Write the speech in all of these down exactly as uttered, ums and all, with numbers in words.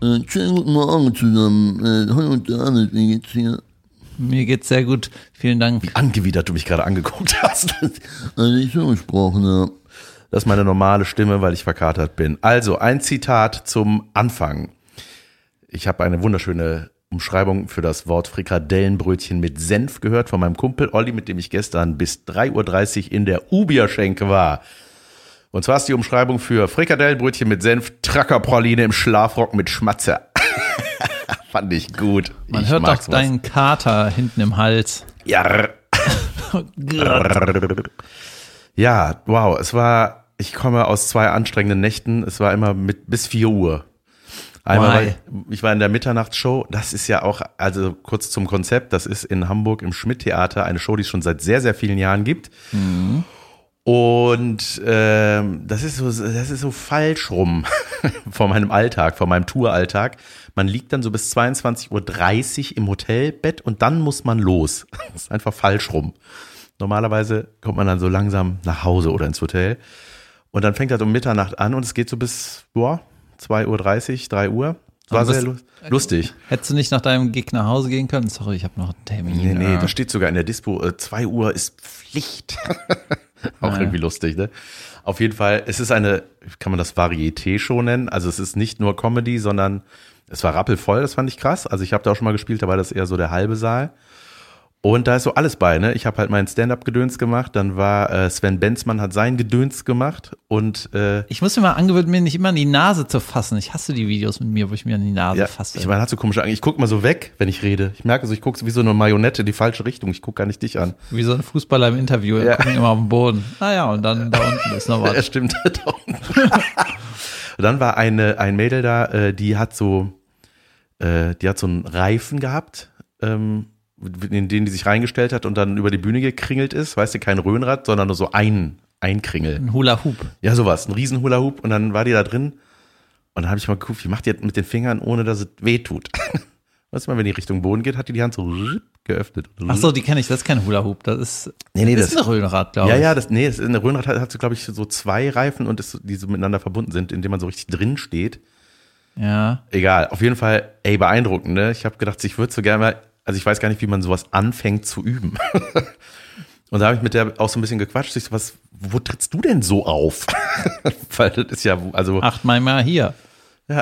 Äh, schönen guten Morgen zusammen. Äh, hallo und David, wie geht's dir? Mir geht's sehr gut, vielen Dank. Wie angewidert du mich gerade angeguckt hast. Also ich so gesprochen habe. Das ist meine normale Stimme, weil ich verkatert bin. Also ein Zitat zum Anfang. Ich habe eine wunderschöne Umschreibung für das Wort Frikadellenbrötchen mit Senf gehört von meinem Kumpel Olli, mit dem ich gestern bis drei Uhr dreißig in der Ubierschenke war. Und zwar ist die Umschreibung für Frikadellenbrötchen mit Senf, Trackerpraline im Schlafrock mit Schmatze. Fand ich gut. Man ich hört doch mag's deinen Kater hinten im Hals. Ja. Ja, wow, es war, ich komme aus zwei anstrengenden Nächten, es war immer mit bis vier Uhr. Einmal, war ich, ich war in der Mitternachtsshow, das ist ja auch, also kurz zum Konzept, das ist in Hamburg im Schmidt-Theater eine Show, die es schon seit sehr, sehr vielen Jahren gibt. Mhm. Und ähm, das ist so, das ist so falsch rum von meinem Alltag, von meinem Touralltag. Man liegt dann so bis zweiundzwanzig Uhr dreißig im Hotelbett und dann muss man los. Das ist einfach falsch rum. Normalerweise kommt man dann so langsam nach Hause oder ins Hotel. Und dann fängt das um Mitternacht an und es geht so bis boah, zwei Uhr dreißig, drei Uhr. War sehr lu- lustig. Hättest du nicht nach deinem Gig nach Hause gehen können? Sorry, ich habe noch einen Termin. Nee, nee, ja. das steht sogar in der Dispo. Äh, zwei Uhr ist Pflicht. Auch naja. irgendwie lustig, ne? Auf jeden Fall, es ist eine, kann man das Varieté-Show nennen? Also es ist nicht nur Comedy, sondern es war rappelvoll, das fand ich krass. Also ich habe da auch schon mal gespielt, da war das eher so der halbe Saal. Und da ist so alles bei, ne? Ich habe halt meinen Stand-Up-Gedöns gemacht, dann war äh, Sven Benzmann hat sein Gedöns gemacht und äh, ich muss mir mal angewöhnen, mir nicht immer an die Nase zu fassen. Ich hasse die Videos mit mir, wo ich mir an die Nase ja, fasse. Ich meine, hat so komische Angst. Ich gucke mal so weg, wenn ich rede. Ich merke so, ich gucke so wie so eine Marionette in die falsche Richtung. Ich gucke gar nicht dich an. Wie so ein Fußballer im Interview, ja. gucken immer auf den Boden. Naja, und dann da unten ist noch was. Ja, stimmt. Da unten. Und dann war eine ein Mädel da, äh, die hat so, äh, die hat so einen Reifen gehabt, ähm, in den die sich reingestellt hat und dann über die Bühne gekringelt ist, weißt du, kein Röhnrad, sondern nur so ein, ein Kringel. Ein Hula-Hoop. Ja, sowas, ein riesen Hula-Hoop und dann war die da drin und dann habe ich mal geguckt, wie macht die das mit den Fingern, ohne dass es weh tut. Weißt du mal, wenn die Richtung Boden geht, hat die die Hand so geöffnet. Ach so, die kenne ich, das ist kein Hula-Hoop, das ist, nee, nee, das ist das, ein Röhnrad, glaube ja, ich. Ja, das, nee, das, eine Röhnrad hat, hat so, glaube ich, so zwei Reifen und ist, die so miteinander verbunden sind, indem man so richtig drin steht. Ja. Egal, auf jeden Fall, ey, beeindruckend, ne? Ich habe gedacht, ich würde so gerne mal, also ich weiß gar nicht, wie man sowas anfängt zu üben. Und da habe ich mit der auch so ein bisschen gequatscht. Ich so, was, wo trittst du denn so auf? Weil das ist ja, also. Achtmal mal hier. Ja,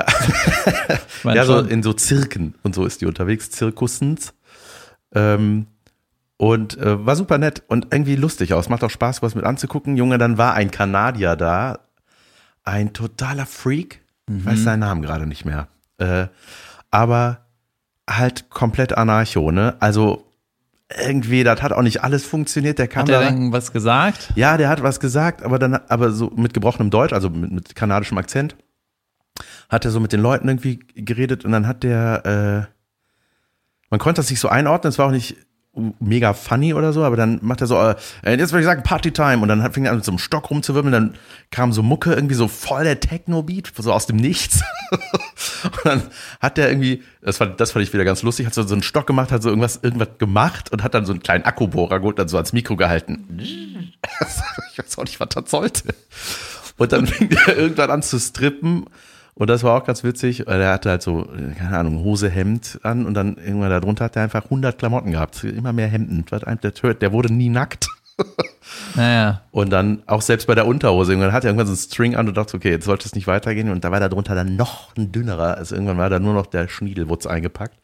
ja so in so Zirken und so ist die unterwegs, Zirkussens. Ähm, und äh, war super nett und irgendwie lustig aus. Macht auch Spaß, was mit anzugucken. Junge, dann war ein Kanadier da, ein totaler Freak. Ich weiß seinen Namen gerade nicht mehr. Äh, aber halt komplett anarcho, ne? Also irgendwie, das hat auch nicht alles funktioniert. Der kam hat er da, denn was gesagt? Ja, der hat was gesagt, aber dann, aber so mit gebrochenem Deutsch, also mit, mit kanadischem Akzent, hat er so mit den Leuten irgendwie geredet und dann hat der, äh, man konnte das nicht so einordnen, es war auch nicht mega funny oder so, aber dann macht er so, äh, jetzt würde ich sagen Party-Time und dann hat, fing er an mit so einem Stock rumzuwirbeln, dann kam so Mucke, irgendwie so voll der Techno-Beat, so aus dem Nichts. Und dann hat der irgendwie, das fand, das fand ich wieder ganz lustig, hat so, so einen Stock gemacht, hat so irgendwas, irgendwas gemacht und hat dann so einen kleinen Akkubohrer geholt, dann so ans Mikro gehalten. Ich weiß auch nicht, was das sollte. Und dann fing er irgendwann an zu strippen. Und das war auch ganz witzig, weil er hatte halt so, keine Ahnung, Hose, Hemd an und dann irgendwann darunter hat er einfach hundert Klamotten gehabt, immer mehr Hemden. Der, der wurde nie nackt. Naja. Und dann auch selbst bei der Unterhose, irgendwann hat er irgendwann so einen String an und dachte, okay, jetzt sollte es nicht weitergehen. Und da war da drunter dann noch ein dünnerer, also irgendwann war da nur noch der Schniedelwutz eingepackt.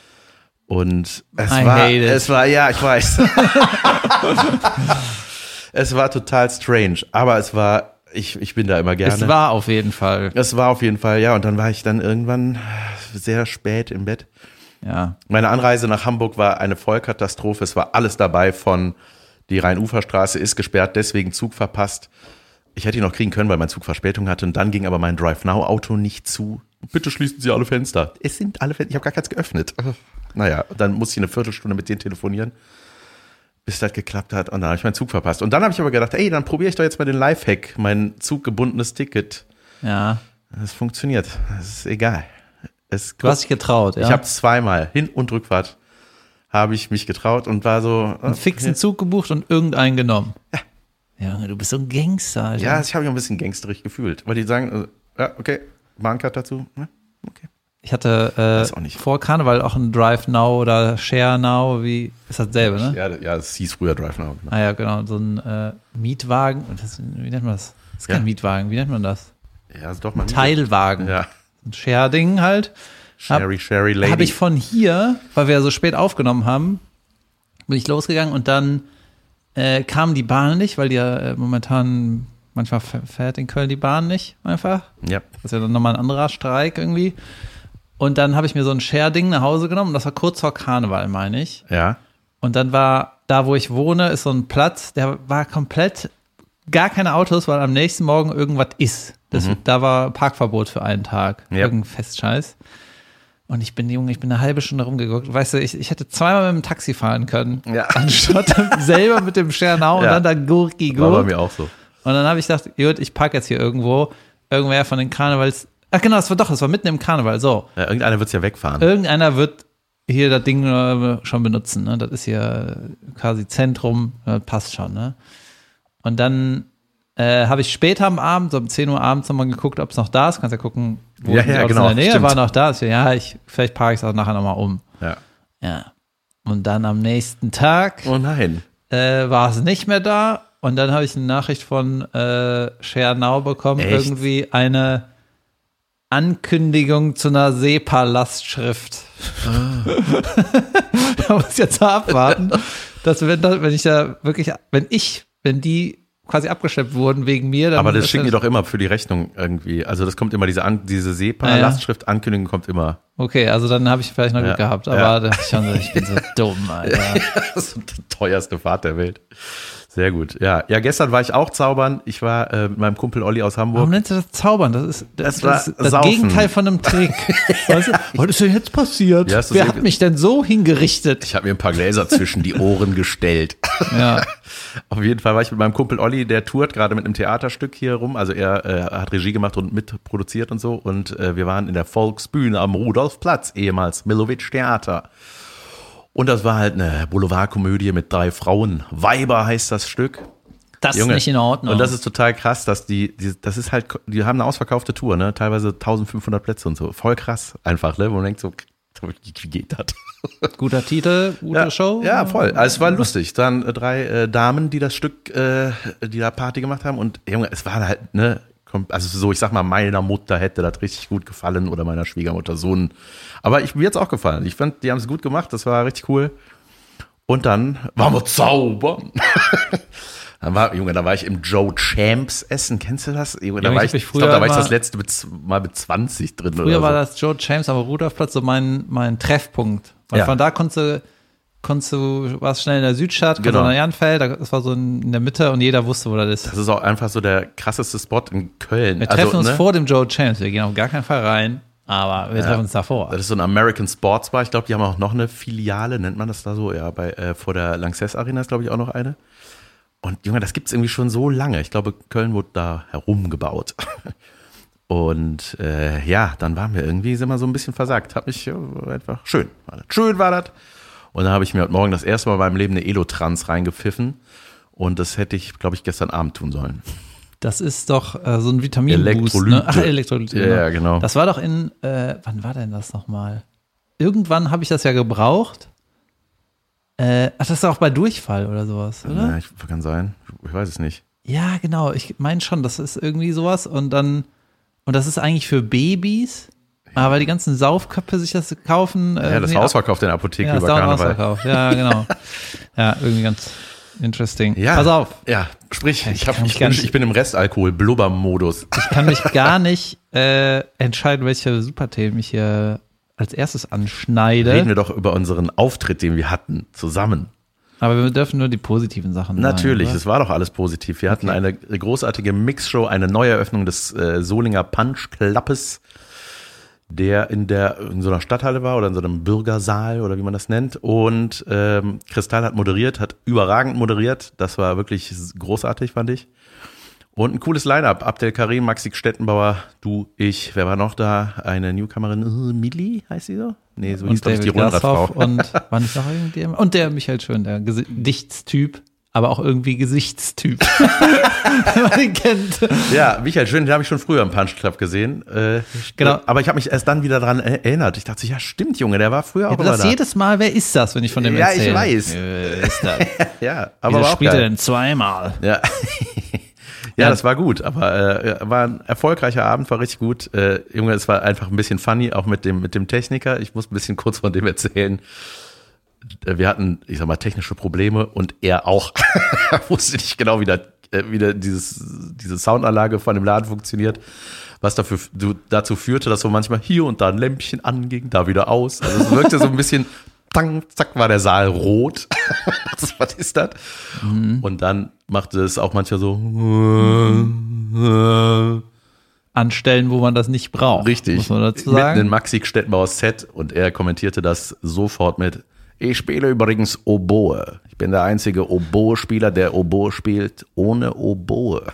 Und es I war, hate it. es war, ja, ich weiß. Es war total strange, aber es war, Ich, ich bin da immer gerne. Es war auf jeden Fall. Es war auf jeden Fall, ja. Und dann war ich dann irgendwann sehr spät im Bett. Ja. Meine Anreise nach Hamburg war eine Vollkatastrophe. Es war alles dabei von die Rhein-Ufer-Straße ist gesperrt, deswegen Zug verpasst. Ich hätte ihn noch kriegen können, weil mein Zug Verspätung hatte. Und dann ging aber mein Drive-Now-Auto nicht zu. Bitte schließen Sie alle Fenster. Es sind alle Fenster. Ich habe gar keins geöffnet. Naja, dann musste ich eine Viertelstunde mit denen telefonieren, bis das geklappt hat. Und dann habe ich meinen Zug verpasst. Und dann habe ich aber gedacht, ey, dann probiere ich doch jetzt mal den Lifehack, mein zuggebundenes Ticket. Ja. Es funktioniert. Es ist egal. Es, Du hast dich getraut, ja? Ich habe zweimal, Hin- und Rückfahrt, habe ich mich getraut und war so. einen fixen Zug gebucht und irgendeinen genommen. Ja. Ja, du bist so ein Gangster, Alter. Ja, ich habe mich ein bisschen gangsterig gefühlt. Weil die sagen, also, ja, okay, Bahncard dazu, ja, okay. ich hatte Weiß auch äh, nicht. vor Karneval auch ein Drive Now oder Share Now, wie ist das dasselbe, ne? Ja, ja, es hieß früher Drive Now. Genau. Ah ja, genau, so ein äh, Mietwagen. Das, wie nennt man das? Das ist kein Ja. Mietwagen, wie nennt man das? Ja, ist doch mal Teilwagen. Ja. Ein Share-Ding halt. Sherry, Sherry Lady. Habe ich von hier, weil wir so spät aufgenommen haben, bin ich losgegangen und dann äh, kam die Bahn nicht, weil die ja äh, momentan, manchmal fährt in Köln die Bahn nicht einfach. Ja. Das ist ja dann nochmal ein anderer Streik irgendwie. Und dann habe ich mir so ein Share-Ding nach Hause genommen und das war kurz vor Karneval, meine ich. Ja. Und dann war, da wo ich wohne, ist so ein Platz, der war komplett, gar keine Autos, weil am nächsten Morgen irgendwas ist. Das, Mhm. Da war Parkverbot für einen Tag. Ja. Irgendein Festscheiß. Und ich bin, Junge, ich bin eine halbe Stunde rumgeguckt. Weißt du, ich, ich hätte zweimal mit dem Taxi fahren können, Ja. anstatt selber mit dem Share Now und Ja. dann da Gurki War bei Gurk. mir auch so. Und dann habe ich gedacht, gut, ich parke jetzt hier irgendwo. Irgendwer von den Karnevals. Ach genau, das war doch, das war mitten im Karneval. So, Ja, irgendeiner wird es ja wegfahren. irgendeiner wird hier das Ding äh, schon benutzen. Ne? Das ist hier quasi Zentrum, äh, passt schon. Ne? Und dann äh, habe ich später am Abend, so um zehn Uhr abends nochmal geguckt, ob es noch da ist. Kannst ja gucken, wo Ja, sind die ja, Autos genau, in der Nähe. stimmt. War noch da. Ich so, ja, ich, vielleicht parke ich es auch nachher nochmal um. Ja. Ja. Und dann am nächsten Tag Oh nein. äh, war es nicht mehr da. Und dann habe ich eine Nachricht von äh, Share Now bekommen, Echt? irgendwie eine Ankündigung zu einer SEPA-Lastschrift. Da muss ich jetzt mal abwarten, dass wenn, das, wenn ich da wirklich, wenn ich, wenn die quasi abgeschleppt wurden wegen mir, dann Aber das ist schicken die doch immer für die Rechnung irgendwie. Also das kommt immer, diese, An diese Ah, ja. SEPA-Lastschrift-Ankündigung kommt immer. Okay, also dann habe ich vielleicht noch Glück Ja, gehabt, aber ja. da dachte ich schon so, ich bin so dumm, Alter. Das ist die teuerste Fahrt der Welt. Sehr gut. Ja, ja, gestern war ich auch zaubern. Ich war äh, mit meinem Kumpel Olli aus Hamburg. Warum nennst du das Zaubern? Das ist das, Das war das, ist das Saufen. Gegenteil von einem Trick. Weißt du, was ist denn jetzt passiert? Ja, hast du Wer sehr hat mich denn so hingerichtet? Ich habe mir ein paar Gläser zwischen die Ohren gestellt. Ja. Auf jeden Fall war ich mit meinem Kumpel Olli, der tourt gerade mit einem Theaterstück hier rum. Also er äh, hat Regie gemacht und mitproduziert und so. Und äh, wir waren in der Volksbühne am Rudolfplatz, ehemals Millowitsch Theater. Und das war halt eine Boulevardkomödie mit drei Frauen. Weiber heißt das Stück. Das Junge. ist nicht in Ordnung. Und das ist total krass, dass die, die, das ist halt, die haben eine ausverkaufte Tour, ne? Teilweise eintausendfünfhundert Plätze und so. Voll krass, einfach, ne? Wo man denkt so, wie geht das? Guter Titel, gute Ja, Show. ja, voll. Also es war lustig. Dann äh, drei äh, Damen, die das Stück, äh, die da Party gemacht haben. Und Junge, es war halt, ne, kom- also so, ich sag mal, meiner Mutter hätte das richtig gut gefallen oder meiner Schwiegermutter Sohn. Aber ich, mir hat's auch gefallen. Ich fand, die haben es gut gemacht. Das war richtig cool. Und dann waren wir zaubern. Dann war, Junge, da war ich im Joe Champs Essen. Kennst du das? Junge, da Ja, war ich ich, hab mich ich glaube, da früher war ich das immer- letzte mit, z- mal mit zwanzig drin Früher oder so. war das Joe James am Rudolfplatz so mein, mein Treffpunkt. Weil Ja. von da konntest du, konntest du, warst schnell in der Südstadt, konntest Genau. nach Ehrenfeld, das war so in der Mitte und jeder wusste, wo das ist. Das ist auch einfach so der krasseste Spot in Köln. Wir treffen uns ne? vor dem Joe James, wir gehen auf gar keinen Fall rein, aber wir treffen uns davor. Das ist so ein American Sports Bar. Ich glaube, die haben auch noch eine Filiale, nennt man das da so? Ja, bei äh, vor der Lanxess Arena ist, glaube ich, auch noch eine. Und Junge, das gibt's irgendwie schon so lange. Ich glaube, Köln wurde da herumgebaut. Und äh, ja, dann waren wir irgendwie, sind wir so ein bisschen versagt. Hab mich äh, einfach schön. War das. Schön war das. Und dann habe ich mir heute Morgen das erste Mal in meinem Leben eine Elotrans reingepfiffen. Und das hätte ich, glaube ich, gestern Abend tun sollen. Das ist doch äh, so ein Vitaminboost, Elektrolyte. ne? Ach, Elektrolyte. Ja, ja, genau. Das war doch in, äh, wann war denn das nochmal? Irgendwann habe ich das ja gebraucht. Äh, ach, das ist auch bei Durchfall oder sowas, oder? Ja, ich, kann sein. Ich weiß es nicht. Ja, genau. Ich meine schon, das ist irgendwie sowas und dann, und das ist eigentlich für Babys, aber die ganzen Saufköpfe sich das kaufen. Ja, das nee, war ausverkauft in der Apotheke ja, das über dauert Karneval. Ausverkauf. Ja, genau. Ja, irgendwie ganz interesting. Ja. Pass auf. Ja, sprich, ich, hab, kann ich, mich gar bin, nicht- ich bin im Restalkohol, Blubbermodus. Ich kann mich gar nicht äh, entscheiden, welche Superthemen ich hier als erstes anschneide. Reden wir doch über unseren Auftritt, den wir hatten, zusammen. Aber wir dürfen nur die positiven Sachen Natürlich, sagen. es war doch alles positiv. Wir hatten eine großartige Mixshow, eine Neueröffnung des äh, Solinger Punch Klappes, der in der in so einer Stadthalle war oder in so einem Bürgersaal oder wie man das nennt. Und ähm, Kristall hat moderiert, hat überragend moderiert. Das war wirklich großartig, fand ich. Und ein cooles Line-Up. Abdel Karim, Maxi Stettenbauer, du, ich. Wer war noch da? Eine Newcomerin, uh, Milli, heißt sie so? Nee, so hieß, Und glaube ich, die David Glashoff Rundradfrau. und war nicht noch irgendjemand? Und der Michael Schön, der Gesichtstyp. aber auch irgendwie Gesichtstyp. Wenn man ihn kennt. Ja, Michael Schön, den habe ich schon früher im Punch Club gesehen. Äh, Genau. Aber ich habe mich erst dann wieder daran erinnert. Ich dachte, ja stimmt, Junge, der war früher auch Aber immer das da. jedes Mal, wer ist das, wenn ich von dem Ja, erzähle? ich weiß. Wer ist das? Ja, aber Wieso war auch spielt er geil. denn zweimal? Ja. Ja, das war gut, aber äh, war ein erfolgreicher Abend, war richtig gut. Äh, Junge, es war einfach ein bisschen funny, auch mit dem, mit dem Techniker. Ich muss ein bisschen kurz von dem erzählen. Wir hatten, ich sag mal, technische Probleme und er auch. Er wusste nicht genau, wie, da, wie da dieses, diese Soundanlage von dem Laden funktioniert. Was dafür, du, dazu führte, dass so manchmal hier und da ein Lämpchen anging, da wieder aus. Also es wirkte so ein bisschen, tang, zack, war der Saal rot. Das, was ist das? Mhm. Und dann machte es auch manchmal so Anstellen, wo man das nicht braucht. richtig. Muss man dazu Mitten sagen. in Maxi Stettenbauers Set und er kommentierte das sofort mit: Ich spiele übrigens Oboe. Ich bin der einzige Oboe-Spieler, der Oboe spielt ohne Oboe.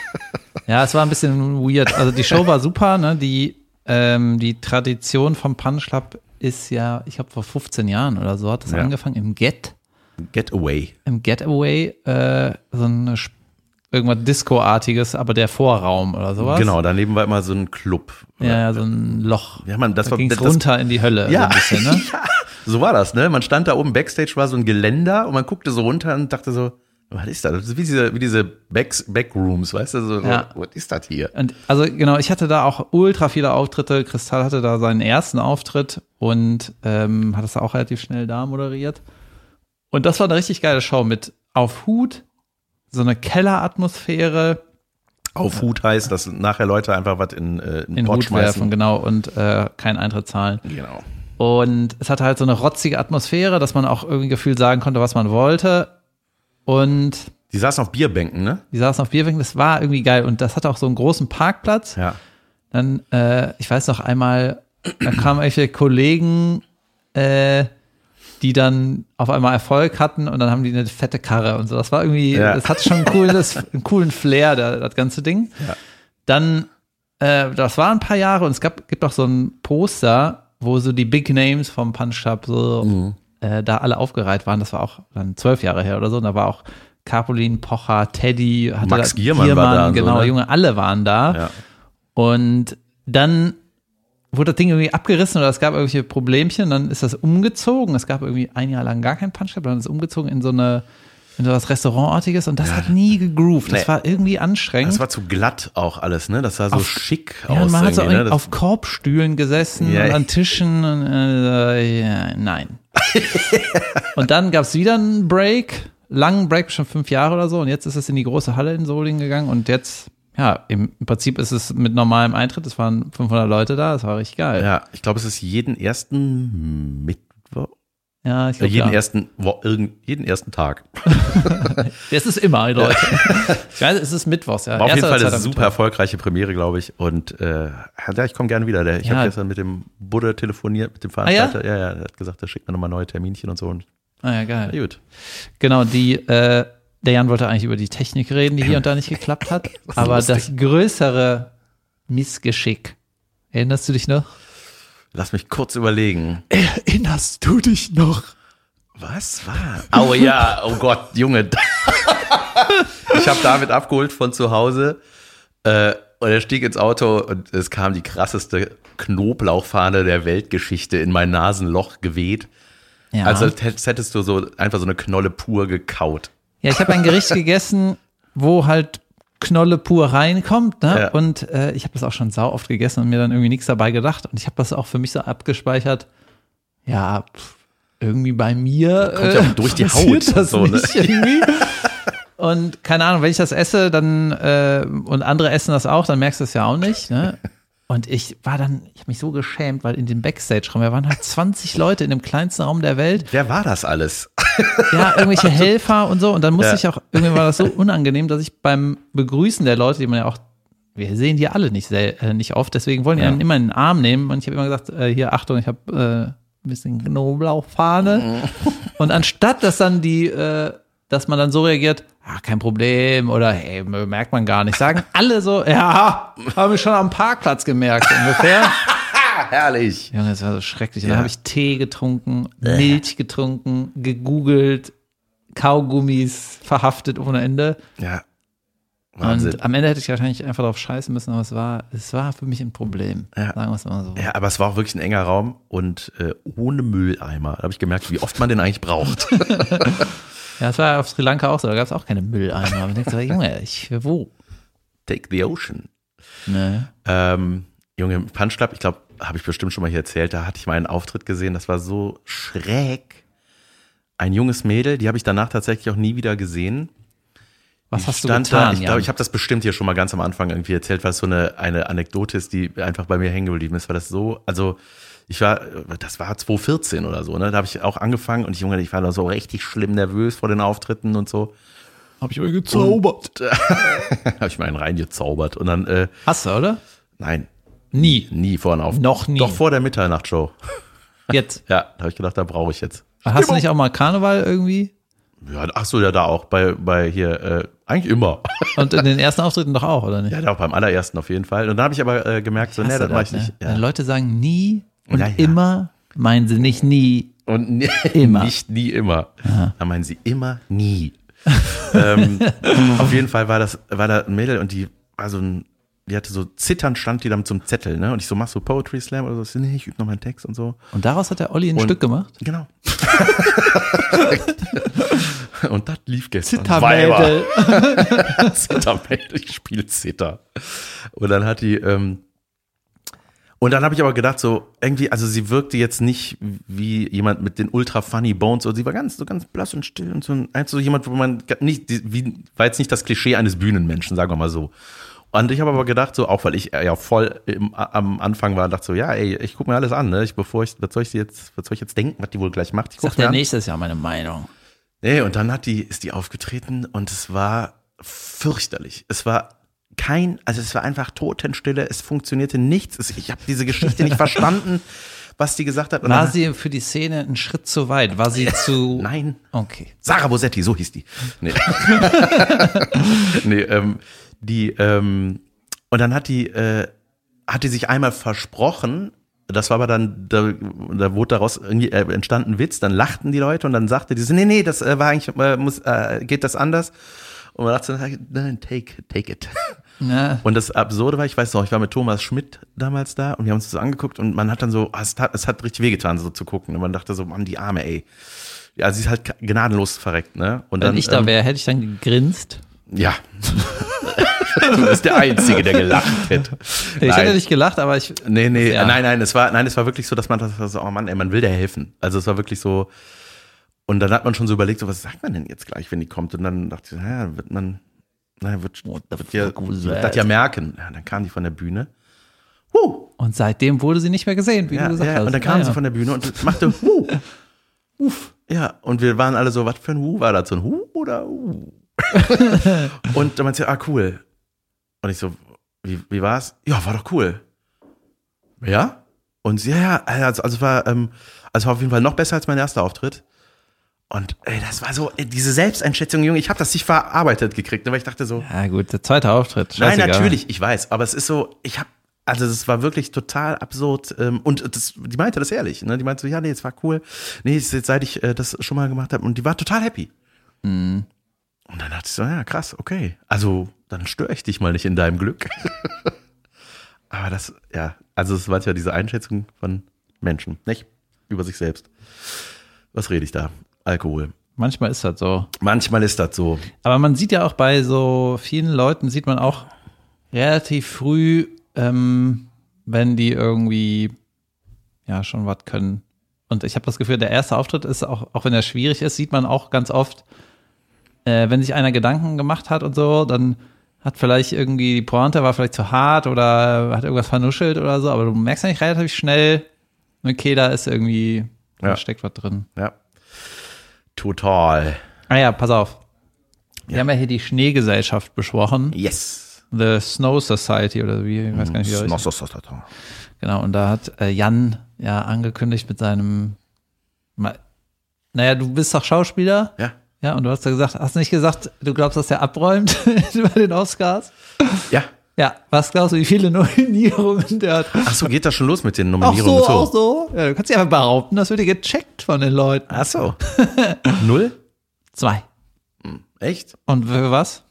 Ja, es war ein bisschen weird. Also die Show war super, ne? Die, ähm, die Tradition vom Punch Club ist ja, ich glaube vor fünfzehn Jahren oder so hat das Ja. angefangen im Get. Getaway. Im Getaway, äh, so eine Sp- irgendwas Disco-artiges, aber der Vorraum oder sowas. Genau, daneben war immer so ein Club. Ja, ja, so ein Loch. Ja, man, das da war ging's das, runter in die Hölle. Ja, so ein bisschen, ne? ja, so war das, ne? Man stand da oben, Backstage war so ein Geländer und man guckte so runter und dachte so, was ist das? Das ist wie diese, wie diese Backs, Backrooms, weißt du? So, Ja. was ist das hier? Und also genau, ich hatte da auch ultra viele Auftritte. Kristall hatte da seinen ersten Auftritt und ähm, hat das auch relativ schnell da moderiert. Und das war eine richtig geile Show mit auf Hut, so eine Kelleratmosphäre, Auf Hut heißt, dass nachher Leute einfach was in, äh, in, in Pott Hut werfen, schmeißen. genau, und äh, keinen Eintritt zahlen. Genau. Und es hatte halt so eine rotzige Atmosphäre, dass man auch irgendwie gefühlt sagen konnte, was man wollte. Und Die saßen auf Bierbänken, ne? die saßen auf Bierbänken, das war irgendwie geil. Und das hatte auch so einen großen Parkplatz. Ja. Dann, äh, ich weiß noch einmal, da kamen irgendwelche Kollegen, äh, die dann auf einmal Erfolg hatten und dann haben die eine fette Karre und so. Das war irgendwie, Ja. das hatte schon ein cooles, einen coolen Flair, der, das ganze Ding. Ja. Dann, äh, das war ein paar Jahre und es gab, gibt auch so ein Poster, wo so die Big Names vom Punch Club so Mhm. äh, da alle aufgereiht waren. Das war auch dann zwölf Jahre her oder so. Und da war auch Carpolin, Pocher, Teddy, hatte Max da, Giermann war da und so, genau, ne? Junge, alle waren da. Ja. Und dann wurde das Ding irgendwie abgerissen oder es gab irgendwelche Problemchen, dann ist das umgezogen. Es gab irgendwie ein Jahr lang gar keinen Punch Club, dann ist es umgezogen in so eine in so was Restaurantartiges und das hat nie gegroovt. Das Nee. war irgendwie anstrengend. Das war zu glatt auch alles, ne? Das sah so Auf- schick ja, aus. und man hat so irgendwie, ne? Das- auf Korbstühlen gesessen Ja. und an Tischen und äh, ja, nein. Und dann gab es wieder einen Break, langen Break, schon fünf Jahre oder so und jetzt ist es in die große Halle in Solingen gegangen und jetzt, ja, im, im Prinzip ist es mit normalem Eintritt, es waren fünfhundert Leute da, das war richtig geil. ja, ich glaube, es ist jeden ersten Mittwoch, Ja, ich äh, glaub, jeden ja. ersten, wo, irgend, jeden ersten Tag. Es ist immer, Leute. Ich weiß, es ist Mittwochs, ja. War auf jeden Erster Fall oder eine zweiter super Mittwoch. erfolgreiche Premiere, glaube ich. Und äh, ja, ich komme gerne wieder. Der, ich Ja. habe gestern mit dem Budde telefoniert, mit dem Ah, ja? Veranstalter. ja? ja, der hat gesagt, der schickt mir nochmal neue Terminchen und so. Und Ah ja, geil. na gut. Genau, die, äh, der Jan wollte eigentlich über die Technik reden, die hier und da nicht geklappt hat. Aber lustig. das größere Missgeschick, erinnerst du dich noch? Lass mich kurz überlegen. Erinnerst du dich noch? Was war? Oh ja, oh Gott, Junge. Ich habe David abgeholt von zu Hause äh, und er stieg ins Auto und es kam die krasseste Knoblauchfahne der Weltgeschichte in mein Nasenloch geweht. Ja. Also als hättest du so einfach so eine Knolle pur gekaut. Ja, ich habe ein Gericht gegessen, wo halt Knolle pur reinkommt, ne? Ja. Und äh, ich habe das auch schon sau oft gegessen und mir dann irgendwie nichts dabei gedacht. Und ich habe das auch für mich so abgespeichert. Ja, pff, irgendwie bei mir Kommt ja auch durch die passiert Haut das so, ne? nicht irgendwie. Und keine Ahnung, wenn ich das esse, dann äh, und andere essen das auch, dann merkst du es ja auch nicht, ne? Und ich war dann, ich habe mich so geschämt, weil in dem Backstage-Raum, wir waren halt zwanzig Leute in dem kleinsten Raum der Welt. Wer war das alles? Ja, irgendwelche Helfer und so. Und dann musste Ja. ich auch, irgendwie war das so unangenehm, dass ich beim Begrüßen der Leute, die man ja auch, wir sehen die alle nicht, sehr, äh, nicht oft, deswegen wollen die Ja. einen immer in den Arm nehmen. Und ich habe immer gesagt, äh, hier, Achtung, ich habe äh, ein bisschen Knoblauchfahne. Und anstatt, dass dann die, äh, dass man dann so reagiert, ah, kein Problem oder hey, merkt man gar nicht, sagen alle so, ja, habe ich schon am Parkplatz gemerkt ungefähr. Herrlich. Junge, das war so schrecklich. Und Ja. dann habe ich Tee getrunken, Milch getrunken, gegoogelt, Kaugummis verhaftet ohne Ende. Ja. Wahnsinn. Und am Ende hätte ich wahrscheinlich einfach darauf scheißen müssen, aber es war, es war für mich ein Problem. Ja. Sagen wir es mal so. Ja, aber es war auch wirklich ein enger Raum und äh, ohne Mülleimer. Da habe ich gemerkt, wie oft man den eigentlich braucht. Ja, es war auf Sri Lanka auch so, da gab es auch keine Mülleimer. Man denkt so, Junge, ich, wo? Take the ocean. Nee. Ähm, Junge, im Punch Club, ich glaube, habe ich bestimmt schon mal hier erzählt, da hatte ich mal einen Auftritt gesehen, das war so schräg. Ein junges Mädel, die habe ich danach tatsächlich auch nie wieder gesehen. Was Die hast du stand getan, da, ich glaube, Jan? ich habe das bestimmt hier schon mal ganz am Anfang irgendwie erzählt, weil es so eine, eine Anekdote ist, die einfach bei mir hängen geblieben ist, weil das so, also ich war, das war zwanzig vierzehn oder so, ne, da habe ich auch angefangen und ich, Junge, ich war da so richtig schlimm nervös vor den Auftritten und so. Hab ich euch gezaubert. Habe ich mal einen reingezaubert und dann, äh, Hast du, oder? nein, Nie. nie vor einem Auftritt. Noch nie. Doch vor der Mitternachtshow. Jetzt. Ja, da habe ich gedacht, da brauche ich jetzt. Hast du nicht auch mal Karneval irgendwie? Ja, ach so, ja, da auch, bei, bei hier, äh, eigentlich immer. Und in den ersten Auftritten doch auch, oder nicht? Ja, da auch beim allerersten auf jeden Fall. Und dann habe ich aber äh, gemerkt, so, nee, Hast du das mache ich ne? nicht. Ja. Wenn Leute sagen nie und Ja, ja. immer, meinen sie nicht nie. Und nie, Immer. nicht nie immer. Da meinen sie immer nie. ähm, auf jeden Fall war das, war da ein Mädel und die war so ein, die hatte so zitternd, stand die dann zum Zettel, ne? Und ich so, machst du Poetry Slam oder so? Nee, ich übe noch meinen Text und so. Und daraus hat der Olli ein Und- Stück gemacht? Genau. Und das lief gestern. Zittermädel. Weiber. Zittermädel, ich spiele Zitter. Und dann hat die, ähm, und dann habe ich aber gedacht, so irgendwie, also sie wirkte jetzt nicht wie jemand mit den ultra funny Bones, und sie war ganz so ganz blass und still und so, ein- einfach so jemand, wo man nicht, wie, war jetzt nicht das Klischee eines Bühnenmenschen, sagen wir mal so. Und ich habe aber gedacht, so, auch weil ich ja voll im, am Anfang war, dachte so, ja, ey, ich gucke mir alles an, ne? Ich, bevor ich, was soll ich jetzt, was soll ich jetzt denken, was die wohl gleich macht? Ich guck's Sagt mir der an. nächstes Jahr meine Meinung. Nee, und dann hat die, ist die aufgetreten und es war fürchterlich. Es war kein, also es war einfach Totenstille, es funktionierte nichts. Es, ich habe diese Geschichte nicht verstanden, was die gesagt hat. Und War dann, sie für die Szene einen Schritt zu weit? War sie zu. Nein. Okay. Sarah Bosetti, so hieß die. Nee, nee ähm, die, ähm, und dann hat die, äh, hat die sich einmal versprochen, das war aber dann, da, da wurde daraus irgendwie äh, entstanden ein Witz, dann lachten die Leute und dann sagte die so, nee, nee, das äh, war eigentlich, äh, muss, äh, geht das anders? Und man dachte, so, nein, take, take it. Ja. Und das Absurde war, ich weiß noch, ich war mit Thomas Schmidt damals da und wir haben uns das so angeguckt und man hat dann so, es hat, es hat richtig wehgetan, so zu gucken. Und man dachte so, Mann, die Arme, ey. Ja, sie ist halt gnadenlos verreckt, ne? Und Wenn dann, ich da ähm, wäre, hätte ich dann gegrinst. ja. Du bist der Einzige, der gelacht hätte. Ich Nein. hätte nicht gelacht, aber ich. Nee, nee, Ja. nein, nein, es war, nein, es war wirklich so, dass man das so, oh Mann, ey, man will der helfen. Also es war wirklich so, und dann hat man schon so überlegt, so, was sagt man denn jetzt gleich, wenn die kommt? Und dann dachte ich, naja, wird man, naja, wird, What the wird, ja, fuck was wird that? das ja merken. Ja, dann kam die von der Bühne. Huh, Und seitdem wurde sie nicht mehr gesehen, wie ja, du gesagt ja, hast. und dann kam Ah, sie ja. von der Bühne und machte Huh. Uff. Ja, und wir waren alle so, was für ein Huh war das? So ein Huh oder Huh? Und dann meinte sie, ah, cool. Und ich so, wie, wie war's? Ja, war doch cool. Ja? Und sie, ja, ja, also, also war, ähm, also war auf jeden Fall noch besser als mein erster Auftritt. Und ey, das war so, ey, diese Selbsteinschätzung, Junge, ich habe das nicht verarbeitet gekriegt, ne, weil ich dachte so, Ja, gut, der zweite Auftritt. nein, scheißegal. natürlich, ich weiß, aber es ist so, ich habe, also es war wirklich total absurd, ähm, und das, die meinte das ehrlich, ne? Die meinte so, ja, nee, es war cool, nee, es ist jetzt, seit ich äh, das schon mal gemacht habe, und die war total happy. Mhm. Und dann dachte ich so, ja, krass, okay, also dann störe ich dich mal nicht in deinem Glück. Aber das, ja, also es war ja diese Einschätzung von Menschen, nicht? Über sich selbst. Was rede ich da? Alkohol. Manchmal ist das so. Manchmal ist das so. Aber man sieht ja auch bei so vielen Leuten, sieht man auch relativ früh, ähm, wenn die irgendwie ja schon was können. Und ich habe das Gefühl, der erste Auftritt ist auch, auch wenn er schwierig ist, sieht man auch ganz oft, äh, wenn sich einer Gedanken gemacht hat und so, dann hat vielleicht irgendwie die Pointe war vielleicht zu hart oder hat irgendwas vernuschelt oder so, aber du merkst eigentlich relativ schnell, okay, da ist irgendwie, da Ja. steckt was drin. Ja. Total. Ah ja, pass auf. Wir haben ja hier die Schneegesellschaft besprochen. Yes. The Snow Society oder wie, ich weiß gar nicht, wie der richtig. Genau, und da hat äh, Jan ja angekündigt mit seinem, Ma- naja, du bist doch Schauspieler. Ja. Ja, und du hast ja gesagt, hast nicht gesagt, du glaubst, dass der abräumt bei den Oscars? Ja. Ja, was glaubst du, wie viele Nominierungen der hat? Ach so, geht das schon los mit den Auch Nominierungen? so, auch so. Ja, du kannst ja einfach behaupten, das wird dir gecheckt von den Leuten. Ach so. Null? Zwei. Echt? Und für was?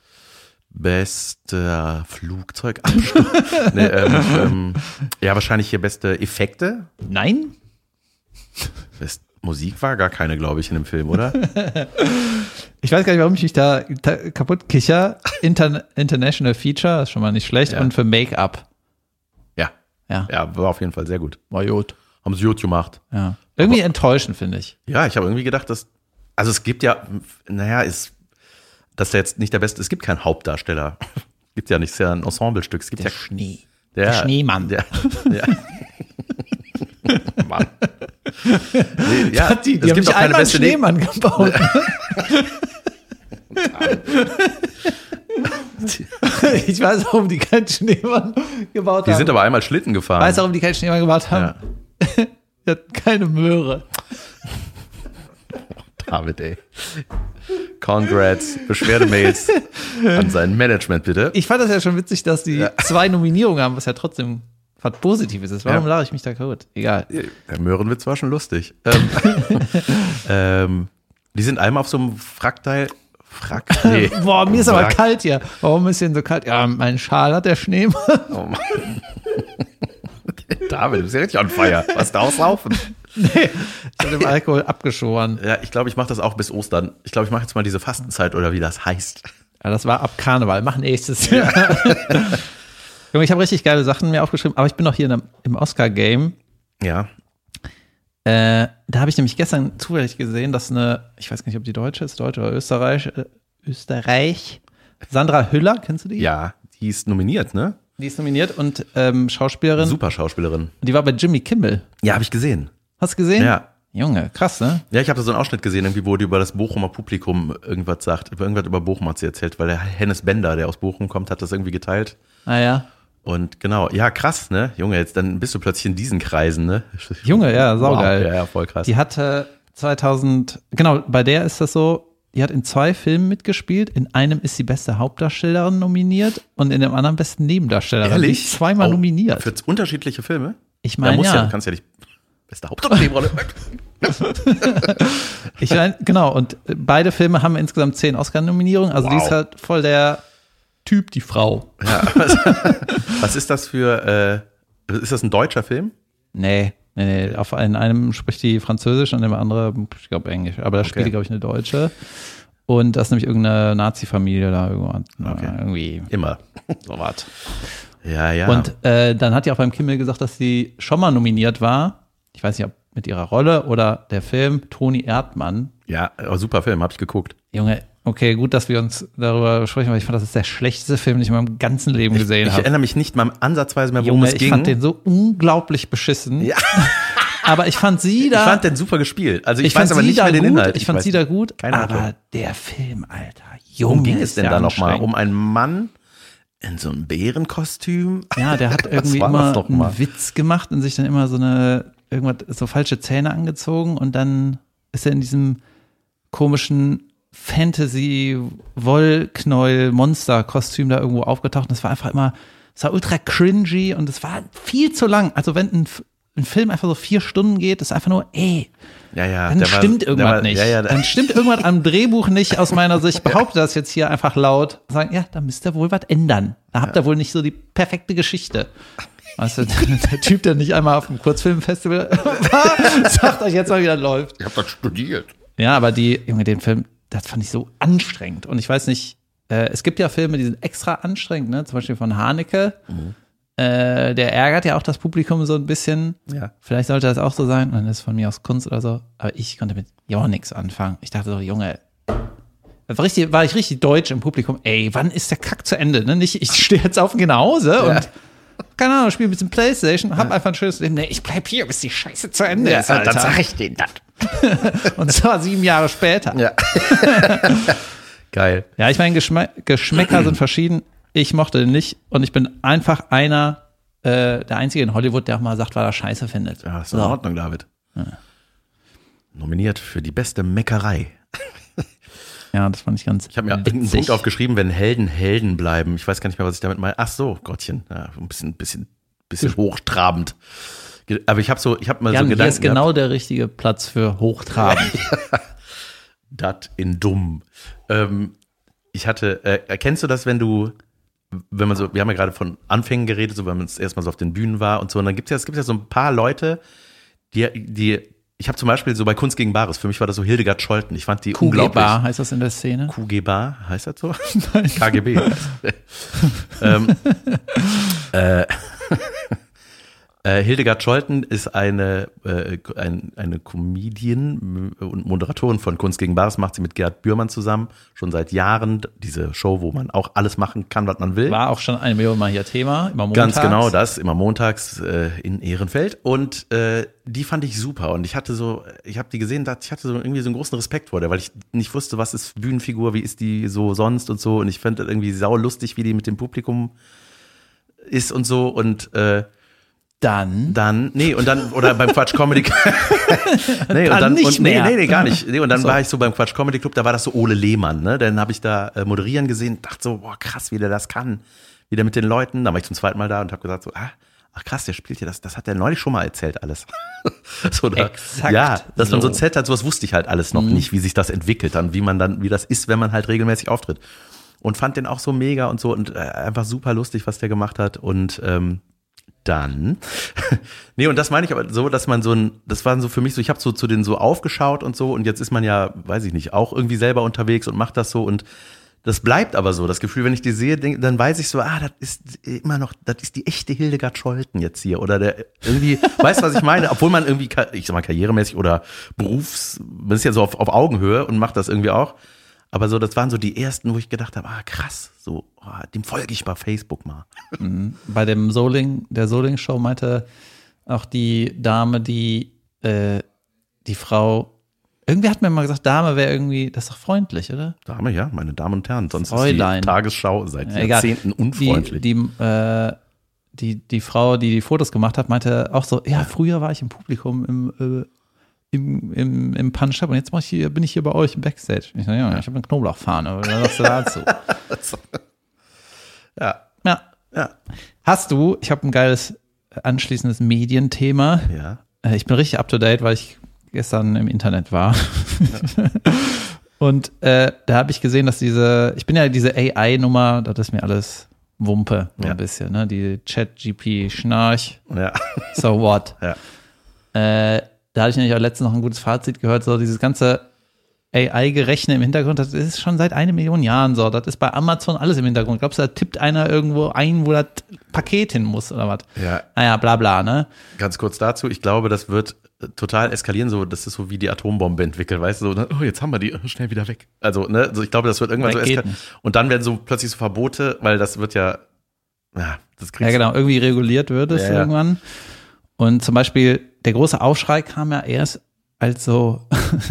Bester Flugzeugabsturz. nee, ähm, ähm, ja, wahrscheinlich hier beste Effekte. Nein? Best Musik war gar keine, glaube ich, in dem Film, oder? Ich weiß gar nicht, warum ich mich da ta- kaputt kicher. Inter- International Feature, ist schon mal nicht schlecht. Ja. Und für Make-up. Ja. Ja. Ja, war auf jeden Fall sehr gut. War gut. Haben sie gut gemacht. Ja. Irgendwie enttäuschend, finde ich. Ja, ich habe irgendwie gedacht, dass, also es gibt ja, naja, ist, dass der jetzt nicht der Beste, es gibt keinen Hauptdarsteller. Gibt ja nicht, es ist ja ein Ensemblestück. Es gibt Der ja Schnee. der, Der Schneemann. Der, der, Mann. Nee, ja, die die es haben gibt nicht auch keine einmal einen beste Schneemann gebaut. Ich weiß, warum die keinen Schneemann gebaut Die haben. sind aber einmal Schlitten gefahren. Weißt du, warum die keinen Schneemann gebaut haben? Ja. Die hatten keine Möhre. David, ey. Congrats, Beschwerdemails an sein Management, bitte. Ich fand das ja schon witzig, dass die Ja. zwei Nominierungen haben, was ja trotzdem was Positives ist. Warum Ja. lache ich mich da kaputt? Egal. Der Möhrenwitz war schon lustig. Ähm, ähm, die sind einmal auf so einem Frackteil. Frack? Nee. Boah, mir ist aber Wrack. kalt hier. Warum ist denn so kalt? Ja, mein Schal hat der Schneemann. Oh Mann. David, du bist ja richtig on fire. Was da auslaufen? Nee, ich habe den Alkohol abgeschoren. Ja, ich glaube, ich mache das auch bis Ostern. Ich glaube, ich mache jetzt mal diese Fastenzeit oder wie das heißt. Ja, das war ab Karneval. Mach nächstes Jahr. Junge, ich habe richtig geile Sachen mir aufgeschrieben, aber ich bin noch hier in einem, im Oscar-Game. Ja. Äh, da habe ich nämlich gestern zufällig gesehen, dass eine, ich weiß gar nicht, ob die Deutsche ist, Deutsche oder Österreich, äh, Österreich, Sandra Hüller, kennst du die? Ja, die ist nominiert, ne? Die ist nominiert und ähm, Schauspielerin. Super Schauspielerin. Die war bei Jimmy Kimmel. Ja, habe ich gesehen. Hast du gesehen? Ja. Junge, krass, ne? Ja, ich habe da so einen Ausschnitt gesehen, irgendwie, wo die über das Bochumer Publikum irgendwas sagt. Über irgendwas über Bochum hat sie erzählt, weil der Hennes Bender, der aus Bochum kommt, hat das irgendwie geteilt. Ah ja. Und genau, ja, krass, ne? Junge, jetzt dann bist du plötzlich in diesen Kreisen, ne? Junge, ja, saugeil. Wow, ja, ja, voll krass. Die hatte zweitausend, genau, bei der ist das so, die hat in zwei Filmen mitgespielt. In einem ist sie beste Hauptdarstellerin nominiert und in dem anderen besten Nebendarstellerin. Ehrlich? Die ist zweimal Oh, nominiert. Für unterschiedliche Filme? Ich Ja, meine, muss ja. ja. Du kannst ja nicht beste Hauptdarstellerrolle. Ich mein, genau, und beide Filme haben insgesamt zehn Oscar-Nominierungen. Also die Wow. ist halt voll der Typ, die Frau. Ja, was, was ist das für, äh, ist das ein deutscher Film? Nee, nee, nee. Auf in einem spricht die Französisch und in dem anderen, ich glaube, Englisch. Aber da Okay. spielt die, glaube ich, eine Deutsche. Und das ist nämlich irgendeine Nazi-Familie da irgendwann. Okay. Irgendwie Immer. sowas. Ja, ja. Und äh, dann hat die auch beim Kimmel gesagt, dass sie schon mal nominiert war. Ich weiß nicht, ob mit ihrer Rolle oder der Film Toni Erdmann. ja, aber super Film, habe ich geguckt. Junge, okay, gut, dass wir uns darüber sprechen, weil ich fand, das ist der schlechteste Film, den ich in meinem ganzen Leben gesehen Ich habe. erinnere mich nicht mal ansatzweise mehr, worum Junge, es ich ging. fand den so unglaublich beschissen. Ja. Aber ich fand sie Ich da. fand den super gespielt. Also ich, ich weiß fand aber sie nicht da mehr den gut. Inhalt. Ich fand weiß sie da nicht. gut. Keine aber Ahnung. der Film, Alter. Junge, Worum ging es ist denn der da nochmal? anstrengend. Um einen Mann in so einem Bärenkostüm? Ja, der hat irgendwie war immer das doch mal? einen Witz gemacht und sich dann immer so eine, irgendwas, so falsche Zähne angezogen und dann ist er in diesem komischen Fantasy-Wollknäuel-Monster-Kostüm da irgendwo aufgetaucht und das war einfach immer, es war ultra cringy und es war viel zu lang. Also wenn ein, ein Film einfach so vier Stunden geht, ist einfach nur, ey, Ja, ja. dann der war- stimmt der irgendwas war- nicht. Ja, ja, Dann stimmt irgendwas am Drehbuch nicht aus meiner Sicht. Ich behaupte das jetzt hier einfach laut. Sagen, ja, da müsst ihr wohl was ändern. Da habt ihr wohl nicht so die perfekte Geschichte. Weißt du, der Typ, der nicht einmal auf dem Kurzfilmfestival war, sagt euch jetzt mal, wie das läuft. ich habe das studiert. Ja, aber die, Junge, den Film, das fand ich so anstrengend. Und ich weiß nicht, äh, es gibt ja Filme, die sind extra anstrengend, ne? Zum Beispiel von Haneke. Mhm. Äh, der ärgert ja auch das Publikum so ein bisschen. Ja. Vielleicht sollte das auch so sein, und dann ist es von mir aus Kunst oder so. Aber ich konnte mit ja nichts anfangen. Ich dachte so, Junge, war, richtig, war ich richtig deutsch im Publikum. Ey, wann ist der Kack zu Ende? Ne? Nicht, ich stehe jetzt auf und gehe nach Hause und keine Ahnung, spiele ein bisschen Playstation, hab einfach ein schönes Leben. Nee, ich bleib hier, bis die Scheiße zu Ende ist, Alter. dann sag ich denen das. Und zwar sieben Jahre später. Ja. Geil. Ja, ich meine, Geschme Geschmäcker sind verschieden. Ich mochte den nicht und ich bin einfach einer, äh, der Einzige in Hollywood, der auch mal sagt, was er scheiße findet. Ja, ist in So. Ordnung, David. Nominiert für die beste Meckerei. Ja, das fand ich ganz Ich habe mir irgendeinen witzig. Punkt aufgeschrieben, wenn Helden Helden bleiben. Ich weiß gar nicht mehr, was ich damit meine. Ach so, Gottchen. Ja, ein bisschen, bisschen, bisschen hochtrabend. Ge- Aber ich habe so, ich habe mal Jan, so hier Gedanken ist genau der richtige Platz für hochtrabend. dat in dumm. Ähm, ich hatte, äh, erkennst du das, wenn du, wenn man so, wir haben ja gerade von Anfängen geredet, so wenn man es erstmal so auf den Bühnen war und so, und dann gibt es ja, es gibt ja so ein paar Leute, die, die, ich habe zum Beispiel so bei Kunst gegen Bares, für mich war das so Hildegard Scholten, ich fand die Q G unglaublich. Bar heißt das in der Szene? Q G Bar, heißt das so? K G B. ähm, äh, Äh, Hildegard Scholten ist eine, äh, ein, eine Comedian und Moderatorin von Kunst gegen Bares, macht sie mit Gerd Bührmann zusammen, schon seit Jahren, diese Show, wo man auch alles machen kann, was man will. War auch schon eine Million Mal hier Thema, immer montags. Ganz genau das, immer montags äh, in Ehrenfeld, und äh, die fand ich super, und ich hatte so, ich habe die gesehen, ich hatte so irgendwie so einen großen Respekt vor der, weil ich nicht wusste, was ist Bühnenfigur, wie ist die so sonst und so, und ich fand das irgendwie saulustig, wie die mit dem Publikum ist und so, und äh, Dann? Dann, nee, und dann, oder beim Quatsch Comedy nee, dann und dann, nicht und, nee, mehr. nee, nee, gar nicht. Nee, und dann so. war ich so beim Quatsch Comedy Club, da war das so Ole Lehmann, ne? Dann habe ich da äh, moderieren gesehen, dachte so, boah, krass, wie der das kann. Wie der mit den Leuten, da war ich zum zweiten Mal da und habe gesagt so, ah, ach krass, der spielt hier das, das hat der neulich schon mal erzählt alles. so, da, Exakt ja, dass man so ein so. Set hat, sowas wusste ich halt alles noch Mhm. nicht, wie sich das entwickelt dann, wie man dann, wie das ist, wenn man halt regelmäßig auftritt. Und fand den auch so mega und so und äh, einfach super lustig, was der gemacht hat, und ähm, dann, nee, und das meine ich aber so, dass man so ein, das waren so für mich so, ich habe so zu denen so aufgeschaut und so, und jetzt ist man ja, weiß ich nicht, auch irgendwie selber unterwegs und macht das so, und das bleibt aber so, das Gefühl, wenn ich die sehe, denk, dann weiß ich so, ah, das ist immer noch, das ist die echte Hildegard Scholten jetzt hier, oder der irgendwie, weißt du, was ich meine, obwohl man irgendwie, ich sag mal, karrieremäßig oder berufs, man ist ja so auf, auf Augenhöhe und macht das irgendwie auch. Aber so, das waren so die ersten, wo ich gedacht habe, ah krass, so, oh, dem folge ich bei Facebook mal. Mhm. Bei dem Soling, der Soling-Show meinte auch die Dame, die, äh, die Frau, irgendwie hat mir mal gesagt, Dame wäre irgendwie, das ist doch freundlich, oder? Dame, ja, meine Damen und Herren, sonst Fräulein. ist die Tagesschau seit Ja, Jahrzehnten unfreundlich. Die, die, äh, die, die Frau, die die Fotos gemacht hat, meinte auch so, ja, früher war ich im Publikum im, äh, im, im, im Punch-Up und jetzt mach ich hier, bin ich hier bei euch im Backstage. Ich sage, ja, ich habe eine Knoblauchfahne, was sagst du dazu? ja. Ja. Ja. Hast du, ich habe ein geiles anschließendes Medienthema. Ja. Äh, Ich bin richtig up to date, weil ich gestern im Internet war. Ja. Und äh, da habe ich gesehen, dass diese, ich bin ja diese A I-Nummer, das ist mir alles Wumpe, so Ja. ein bisschen, ne? Die Chat-G P-Schnarch, Ja. so what? Ja. Äh, da hatte ich nämlich auch letztens noch ein gutes Fazit gehört, so dieses ganze A I-Gerechne im Hintergrund, das ist schon seit eine Million Jahren so. Das ist bei Amazon alles im Hintergrund. Glaubst du, da tippt einer irgendwo ein, wo das Paket hin muss oder was? Ja. Naja, bla bla, ne? Ganz kurz dazu, ich glaube, das wird total eskalieren, so, das ist so wie die Atombombe entwickelt, weißt du, so, oh, jetzt haben wir die, schnell wieder weg. Also, ne, also ich glaube, das wird irgendwann Weg so geht eskalieren. Und dann werden so plötzlich so Verbote, weil das wird ja, ja, das kriegst Ja, genau, irgendwie reguliert wird es Ja, ja. irgendwann. Und zum Beispiel, der große Aufschrei kam ja erst, als so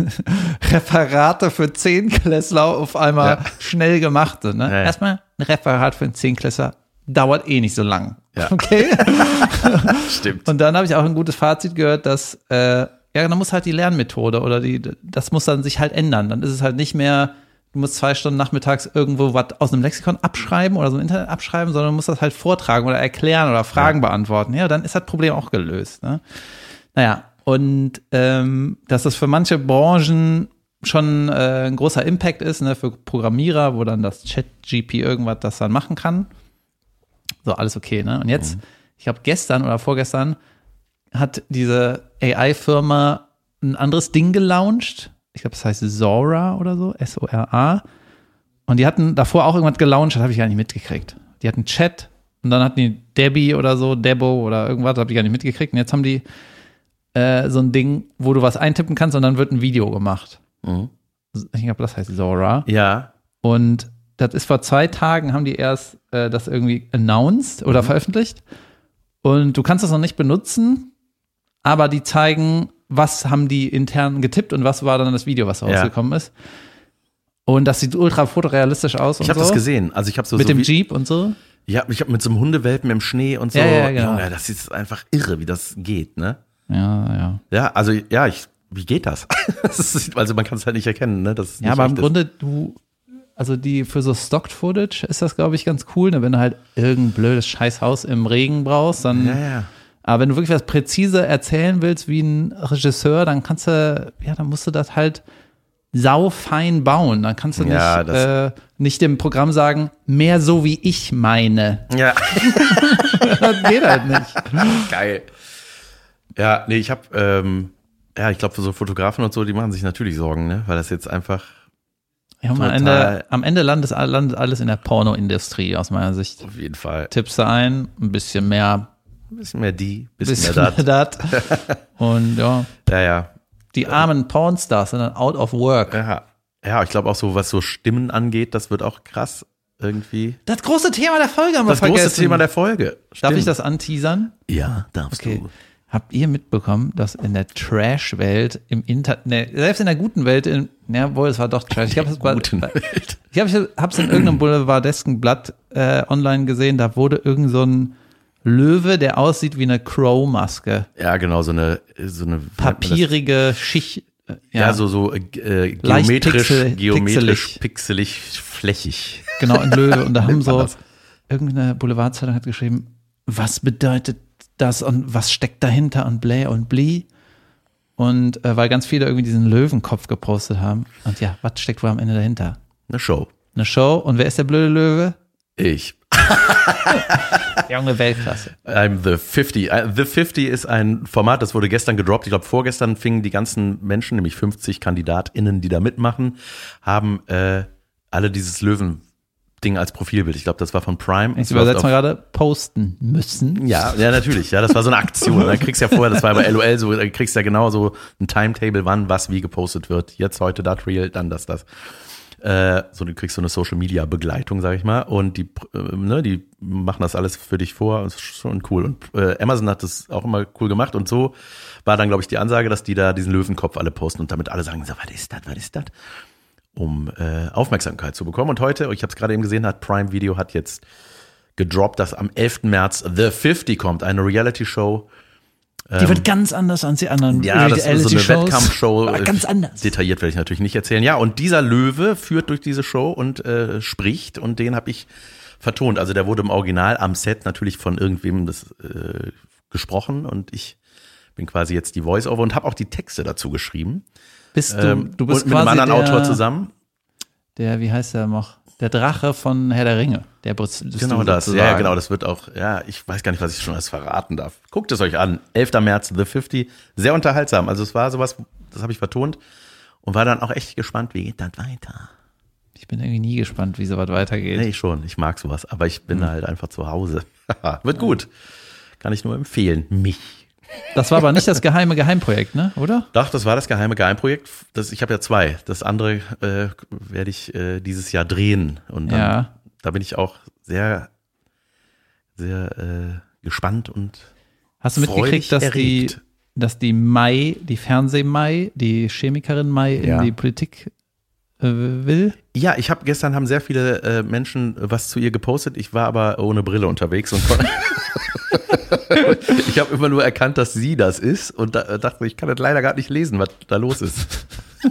Referate für Zehnklässler auf einmal Ja. schnell gemacht sind. Ne? Ja, ja. Erstmal ein Referat für einen Zehnklässler dauert eh nicht so lang. Ja. Okay? Stimmt. Und dann habe ich auch ein gutes Fazit gehört, dass äh, ja, dann muss halt die Lernmethode oder die, das muss dann sich halt ändern. Dann ist es halt nicht mehr, du musst zwei Stunden nachmittags irgendwo was aus einem Lexikon abschreiben oder so im Internet abschreiben, sondern du musst das halt vortragen oder erklären oder Fragen Ja. beantworten. Ja, dann ist das Problem auch gelöst. Ne? Naja, und ähm, dass das für manche Branchen schon äh, ein großer Impact ist, ne, für Programmierer, wo dann das Chat-G P irgendwas das dann machen kann. So, alles okay, ne? Und jetzt, mhm. ich glaube, gestern oder vorgestern hat diese A I-Firma ein anderes Ding gelauncht. Ich glaube, das heißt Zora oder so, S O R A. Und die hatten davor auch irgendwas gelauncht, das habe ich gar nicht mitgekriegt. Die hatten Chat und dann hatten die Debbie oder so, Debo oder irgendwas, das habe ich gar nicht mitgekriegt. Und jetzt haben die äh, so ein Ding, wo du was eintippen kannst und dann wird ein Video gemacht. Mhm. Ich glaube, das heißt Zora. Ja. Und das ist vor zwei Tagen, haben die erst äh, das irgendwie announced oder mhm. veröffentlicht. Und du kannst das noch nicht benutzen, aber die zeigen, was haben die intern getippt und was war dann das Video, was rausgekommen ja. ist. Und das sieht ultra fotorealistisch aus. Ich habe so. das gesehen. Also ich habe so mit so dem wie, Jeep und so. Ja, ich habe mit so einem Hundewelpen im Schnee und so. Ja, ja, genau. Junge, das ist einfach irre, wie das geht, ne? Ja, ja. Ja, also ja, ich, wie geht das? das ist, also man kann es halt nicht erkennen, ne? Das ja, aber im Grunde du, also die für so Stock-Footage ist das, glaube ich, ganz cool, ne? Wenn du halt irgendein blödes Scheißhaus im Regen brauchst, dann. Ja, ja. Aber wenn du wirklich was präzise erzählen willst wie ein Regisseur, dann kannst du, ja, dann musst du das halt saufein bauen. Dann kannst du nicht, Ja, das- äh, nicht dem Programm sagen, mehr so wie ich meine. Ja. Das geht halt nicht. Geil. Ja, nee, ich habe, ähm, ja, ich glaube, für so Fotografen und so, die machen sich natürlich Sorgen, ne? Weil das jetzt einfach, Ja, am, Total. Ende, am Ende landet, landet alles in der Pornoindustrie, aus meiner Sicht. auf jeden Fall, Tippst du ein, ein bisschen mehr, ein bisschen mehr die, ein ein bisschen, bisschen mehr das. mehr das. Und ja, Ja, ja. die armen Pornstars sind dann out of work. Ja, ja, ich glaube auch so, was so Stimmen angeht, das wird auch krass irgendwie. Das große Thema der Folge haben wir Das vergessen. große Thema der Folge. Darf Stimmt. ich das anteasern? Ja, darfst Okay. du. Habt ihr mitbekommen, dass in der Trash-Welt im Internet, ne, selbst in der guten Welt, in, ja, wohl, es war doch Trash. Ich habe es bei, Guten bei, Welt. ich hab, ich hab's in irgendeinem boulevardesken Blatt äh, online gesehen, da wurde irgend so ein Löwe, der aussieht wie eine Crow-Maske. Ja, genau, so eine, so eine Papierige Schicht. Äh, Ja, ja, so, so äh, Leicht geometrisch, pixel- geometrisch, pixelig, flächig. genau, ein Löwe. Und da haben Nennt man so, das. irgendeine Boulevardzeitung hat geschrieben, was bedeutet das und was steckt dahinter und bläh und blie. Und äh, weil ganz viele irgendwie diesen Löwenkopf gepostet haben. Und ja, was steckt wohl am Ende dahinter? Eine Show. Eine Show. Und wer ist der blöde Löwe? Ich. Junge Weltklasse. I'm the fifty. Uh, The fifty ist ein Format, das wurde gestern gedroppt. Ich glaube, vorgestern fingen die ganzen Menschen, nämlich fünfzig KandidatInnen, die da mitmachen, haben äh, alle dieses Löwen-Ding als Profilbild. Ich glaube, das war von Prime. Ich Es läuft übersetze mal auf- gerade, posten müssen. Ja, ja, natürlich. Ja, das war so eine Aktion. Da kriegst du ja vorher, das war bei L O L so, da kriegst du ja genau so ein Timetable, wann was wie gepostet wird. Jetzt heute das Reel, dann das, das. Äh, so, du kriegst so eine Social-Media-Begleitung, sag ich mal. Und die, äh, ne, die machen das alles für dich vor. Das ist schon cool. Und äh, Amazon hat das auch immer cool gemacht. Und so war dann, glaube ich, die Ansage, dass die da diesen Löwenkopf alle posten und damit alle sagen, so, was ist das, was ist das? Um äh, Aufmerksamkeit zu bekommen. Und heute, ich habe es gerade eben gesehen, hat Prime Video hat jetzt gedroppt, dass am elften März The fifty kommt, eine Reality-Show. Die wird ganz anders als die anderen Ja, das ist so eine Reality-Shows. Wettkampfshow. Aber ganz anders. Detailliert werde ich natürlich nicht erzählen. Ja, und dieser Löwe führt durch diese Show und äh, spricht und den habe ich vertont. Also der wurde im Original am Set natürlich von irgendwem das äh, gesprochen und ich bin quasi jetzt die Voice-Over und habe auch die Texte dazu geschrieben. Bist du, Ähm, du bist und mit einem quasi anderen der, Autor zusammen. Der, wie heißt der noch? Der Drache von Herr der Ringe. Der bist, bist Genau du das, sozusagen. ja genau, das wird auch, ja, ich weiß gar nicht, was ich schon alles verraten darf. Guckt es euch an, elfter März, The fifty, sehr unterhaltsam, also es war sowas, das habe ich vertont und war dann auch echt gespannt, wie geht das weiter. Ich bin irgendwie nie gespannt, wie so was weitergeht. Nee, ich schon, ich mag sowas, aber ich bin halt einfach zu Hause. Wird gut, kann ich nur empfehlen, mich. Das war aber nicht das geheime Geheimprojekt, ne? Oder? Doch, das war das geheime Geheimprojekt, das, ich habe ja zwei, das andere äh, werde ich äh, dieses Jahr drehen und dann, Ja. da bin ich auch sehr, sehr äh, gespannt und Hast du mitgekriegt, dass die, erregt. dass die Mai, die Fernseh-Mai, die Chemikerin Mai in Ja. die Politik äh, will? Ja, ich habe gestern haben sehr viele äh, Menschen was zu ihr gepostet. Ich war aber ohne Brille unterwegs und kon- ich habe immer nur erkannt, dass sie das ist und da, dachte, ich kann das leider gar nicht lesen, was da los ist.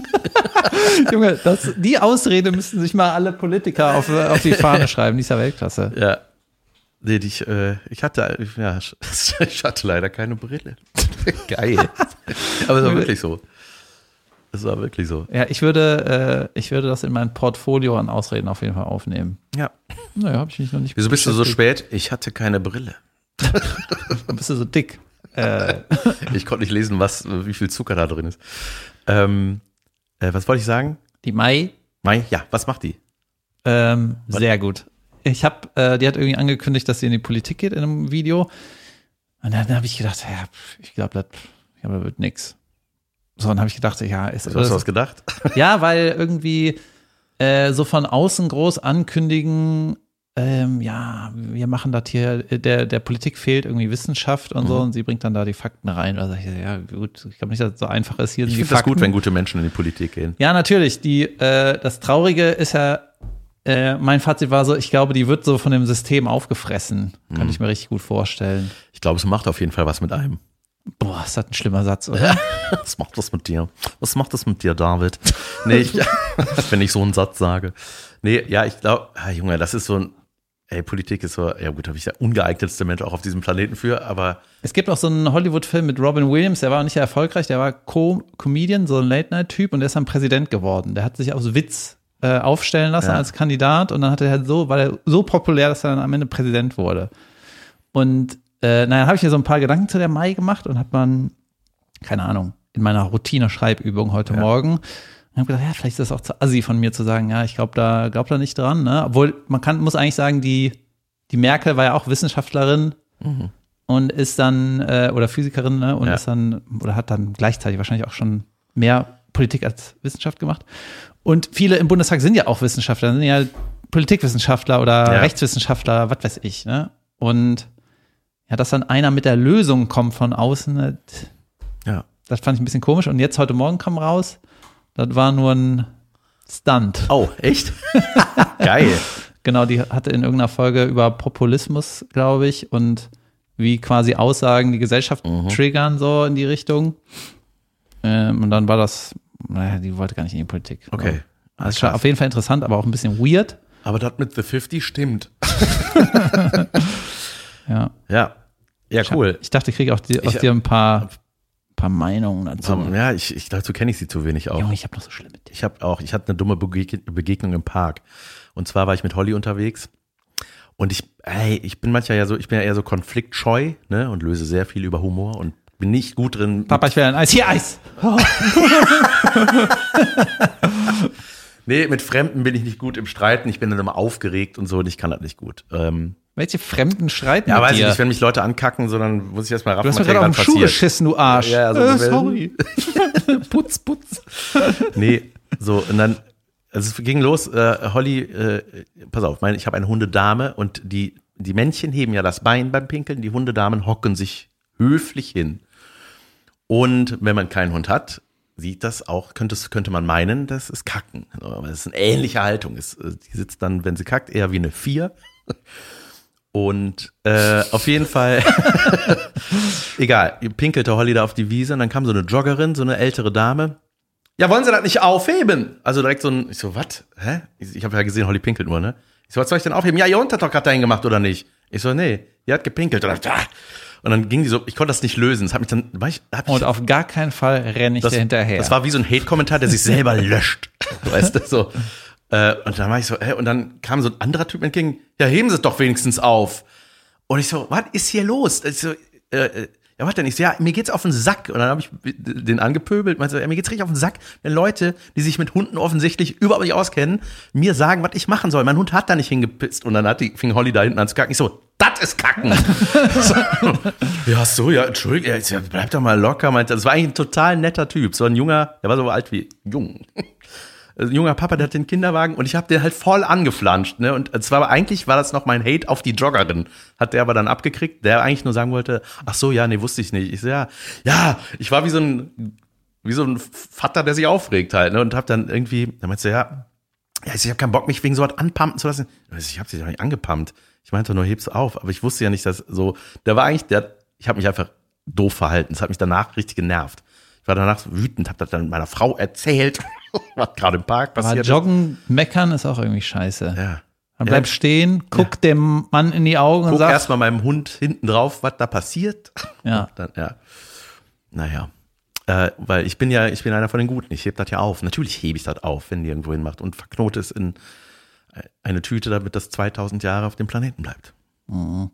Junge, das, die Ausrede müssten sich mal alle Politiker auf, auf die Fahne schreiben. Die ist ja Weltklasse. Ja, nee, ich, äh, ich hatte, ja, ich hatte leider keine Brille. Geil. Aber es war wirklich so. Es war wirklich so. Ja, ich würde, äh, ich würde das in mein Portfolio an Ausreden auf jeden Fall aufnehmen. Ja. Naja, habe ich mich noch nicht. Wieso bist du so beschäftigt. spät? Ich hatte keine Brille. Warum bist du so dick? Äh, Ich konnte nicht lesen, was, wie viel Zucker da drin ist. Ähm, äh, was wollte ich sagen? die Mai, Mai, ja, was macht die? ähm, sehr gut. Ich habe, äh, die hat irgendwie angekündigt, dass sie in die Politik geht in einem Video. Und dann habe ich gedacht, ja, ich glaube, das, ich glaub, das wird nix. So, dann habe ich gedacht, ja, ist Hast du was gedacht? Ja, weil irgendwie äh, so von außen groß ankündigen, ähm, ja, wir machen das hier, der, der Politik fehlt irgendwie Wissenschaft und so, und sie bringt dann da die Fakten rein. Also ich, ja, gut, ich glaube nicht, dass es so einfach ist. Hier Ich sind die finde das Fakten. gut, wenn gute Menschen in die Politik gehen. Ja, natürlich. Die, äh, das Traurige ist ja, äh, mein Fazit war so, ich glaube, die wird so von dem System aufgefressen. Mhm. Kann ich mir richtig gut vorstellen. Ich glaube, es macht auf jeden Fall was mit einem. Boah, ist das ein schlimmer Satz, oder? Was macht das mit dir? Was macht das mit dir, David? Nee, ich, wenn ich so einen Satz sage. Nee, ja, ich glaube, ah, Junge, das ist so ein, ey, Politik ist so, ja gut, da bin ich der ungeeignetste Mensch auch auf diesem Planeten für, aber. Es gibt auch so einen Hollywood-Film mit Robin Williams, der war nicht sehr erfolgreich, der war Co- Comedian, so ein Late-Night-Typ und der ist dann Präsident geworden. Der hat sich aus Witz äh, aufstellen lassen ja. als Kandidat und dann hat er halt so, weil er so populär, dass er dann am Ende Präsident wurde. Und äh, naja, habe ich mir so ein paar Gedanken zu der Mai gemacht und hat man, keine Ahnung, in meiner Routine-Schreibübung heute ja. Morgen und habe gedacht, ja, vielleicht ist das auch zu assi von mir zu sagen, ja, ich glaube da, glaub da nicht dran. Ne? Obwohl, man kann, muss eigentlich sagen, die, die Merkel war ja auch Wissenschaftlerin mhm. und ist dann, äh, oder Physikerin, ne? und ja. ist dann, oder hat dann gleichzeitig wahrscheinlich auch schon mehr Politik als Wissenschaft gemacht. Und viele im Bundestag sind ja auch Wissenschaftler, sind ja Politikwissenschaftler oder ja. Rechtswissenschaftler, was weiß ich. Ne? Und ja, dass dann einer mit der Lösung kommt von außen, das, ja. das fand ich ein bisschen komisch. Und jetzt heute Morgen kam raus, das war nur ein Stunt. Oh, echt? Geil. Genau, die hatte in irgendeiner Folge über Populismus, glaube ich, und wie quasi Aussagen die Gesellschaft mhm. triggern, so in die Richtung. Ähm, und dann war das, naja, die wollte gar nicht in die Politik. Okay. So. Das war auf jeden Fall interessant, aber auch ein bisschen weird. Aber das mit The fünfzig stimmt. ja. Ja. Ja, cool. Ich dachte, ich kriege auch die, aus ich, dir ein paar paar Meinungen dazu. Um, ja, ich, ich dazu kenne ich sie zu wenig auch. Junge, ich habe noch so schlimme Dinge. Ich habe auch, ich hatte eine dumme Bege- Begegnung im Park. Und zwar war ich mit Holly unterwegs. Und ich, ey, ich bin manchmal ja so, ich bin ja eher so konfliktscheu, ne, und löse sehr viel über Humor und bin nicht gut drin. Papa, ich will ein Eis. Hier, Eis! Oh. Nee, mit Fremden bin ich nicht gut im Streiten. Ich bin dann immer aufgeregt und so und ich kann das nicht gut. Ähm, Welche Fremden streiten ja, mit weiß dir? ich nicht, wenn mich Leute ankacken, sondern muss ich erstmal raffen, du hast was mir gerade auf den Schuh passiert. geschissen, du Arsch. Ja, also, äh, sorry. putz, putz. Nee, so, und dann, also es ging los, äh, Holly, äh, pass auf, mein, ich habe eine Hundedame und die, die Männchen heben ja das Bein beim Pinkeln, die Hundedamen hocken sich höflich hin. Und wenn man keinen Hund hat, sieht das auch, könnte, könnte man meinen, das ist Kacken. Aber es ist eine ähnliche Haltung. Es, die sitzt dann, wenn sie kackt, eher wie eine Vier. Und äh, auf jeden Fall, egal, pinkelte Holly da auf die Wiese und dann kam so eine Joggerin, so eine ältere Dame. Ja, wollen Sie das nicht aufheben? Also direkt so ein, ich so, was? Hä? Ich, ich habe ja gesehen, Holly pinkelt nur, ne? Ich so, was soll ich denn aufheben? Ja, ihr Hund hat doch gerade dahin gemacht, oder nicht? Ich so, nee, die hat gepinkelt. Und dann, und dann ging die so, ich konnte das nicht lösen. Das hat mich dann, war ich, hab Und ich, auf gar keinen Fall renne ich das, dir hinterher. Das war wie so ein Hate-Kommentar, der sich selber löscht. Weißt du, so. Äh, und dann war ich so, hä? Und dann kam so ein anderer Typ entgegen, ja, heben Sie es doch wenigstens auf. Und ich so, was ist hier los? Ich so, äh, äh, ja, was denn? Ich so, ja, mir geht's auf den Sack. Und dann habe ich den angepöbelt. Meinte so, ja, mir geht's richtig auf den Sack, wenn Leute, die sich mit Hunden offensichtlich überhaupt nicht auskennen, mir sagen, was ich machen soll. Mein Hund hat da nicht hingepisst. Und dann hat die, fing Holly da hinten an zu kacken. Ich so, das ist Kacken. so, ja, so, ja, Entschuldigung. Ja, ich so, bleib doch mal locker. Meinte, das war eigentlich ein total netter Typ. So ein junger, der war so alt wie jung. Ein junger Papa, der hat den Kinderwagen und ich habe den halt voll angeflanscht, ne? Und zwar aber eigentlich war das noch mein Hate auf die Joggerin. Hat der aber dann abgekriegt, der eigentlich nur sagen wollte, ach so, ja, nee, wusste ich nicht. Ich so, ja, ja, ich war wie so ein, wie so ein Vater, der sich aufregt halt, ne? Und hab dann irgendwie, dann meinte ja, ja, ich hab keinen Bock, mich wegen so was anpumpen zu lassen. Ich hab sie doch nicht angepumpt. Ich meinte nur, heb's auf. Aber ich wusste ja nicht, dass so, der war eigentlich, der, ich habe mich einfach doof verhalten. Das hat mich danach richtig genervt. Ich war danach so wütend, hab das dann meiner Frau erzählt, was gerade im Park passiert ist. Aber joggen, meckern ist auch irgendwie scheiße. Ja. Dann bleib ja. stehen, guck ja. dem Mann in die Augen guck und sag. Guck erstmal meinem Hund hinten drauf, was da passiert. Ja. Dann, ja. Naja. Äh, weil ich bin ja, ich bin einer von den Guten. Ich heb das ja auf. Natürlich hebe ich das auf, wenn die irgendwo hin macht und verknote es in eine Tüte, damit das zweitausend Jahre auf dem Planeten bleibt. Mhm.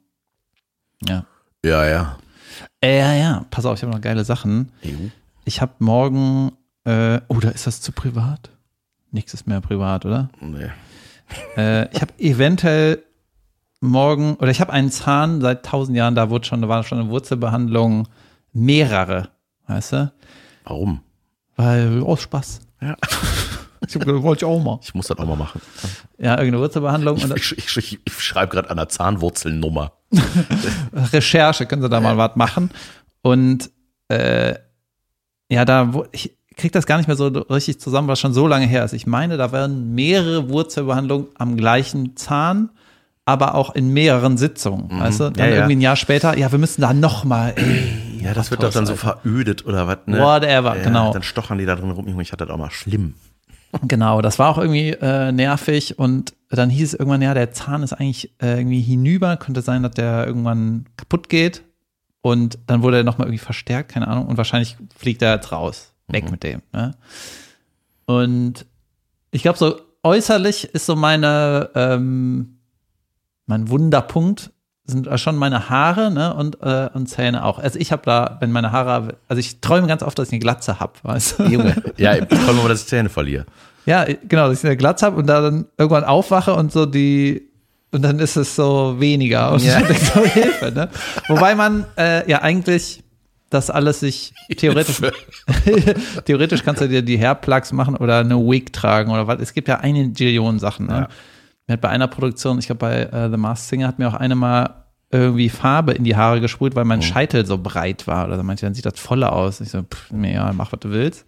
Ja. Ja, ja. Äh, ja, ja. Pass auf, ich habe noch geile Sachen. E U. Ich habe morgen, äh, oder ist das zu privat? Nichts ist mehr privat, oder? Nee. Äh, ich habe eventuell morgen, oder ich habe einen Zahn seit tausend Jahren, da wurde schon, da war schon eine Wurzelbehandlung, mehrere, weißt du? Warum? Weil, aus Spaß. Ja. Ich wollte ich auch mal. Ich muss das auch mal machen. Ja, irgendeine Wurzelbehandlung. Ich, ich, ich, ich, ich schreibe gerade an der Zahnwurzelnummer. Recherche, können Sie da mal was machen. Und äh, ja, da, wo, ich kriege das gar nicht mehr so richtig zusammen, was schon so lange her ist. Ich meine, da werden mehrere Wurzelbehandlungen am gleichen Zahn, aber auch in mehreren Sitzungen. Mhm. Weißt du? Dann ja, irgendwie ja. ein Jahr später, ja, wir müssen da nochmal. Ja, das wird doch dann so verödet oder was, ne? Whatever, ja, genau. Dann stochern die da drin rum. Junge, ich hatte das auch mal schlimm. Genau, das war auch irgendwie äh, nervig und dann hieß es irgendwann, ja, der Zahn ist eigentlich äh, irgendwie hinüber, könnte sein, dass der irgendwann kaputt geht. Und dann wurde er nochmal irgendwie verstärkt, keine Ahnung. Und wahrscheinlich fliegt er jetzt raus, weg mhm. mit dem. Ne? Und ich glaube, so äußerlich ist so meine, ähm, mein Wunderpunkt sind schon meine Haare, ne, und, äh, und Zähne auch. Also ich habe da, wenn meine Haare, also ich träume ganz oft, dass ich eine Glatze habe, weißt du? Junge, ja, ich träume immer, dass ich Zähne verliere. Ja, genau, dass ich eine Glatze habe und da dann irgendwann aufwache und so die, und dann ist es so weniger und ja. ich denke so, Hilfe, ne? Wobei man äh, ja eigentlich das alles sich theoretisch, theoretisch kannst du dir die Hairplugs machen oder eine Wig tragen oder was. Es gibt ja eine Billion Sachen, ne? Ja. Mir hat bei einer Produktion, ich glaube bei uh, The Masked Singer, hat mir auch eine mal irgendwie Farbe in die Haare gesprüht, weil mein oh. Scheitel so breit war. Oder so meinte, dann sieht das voller aus. Ich so, pff, ja, mach, was du willst.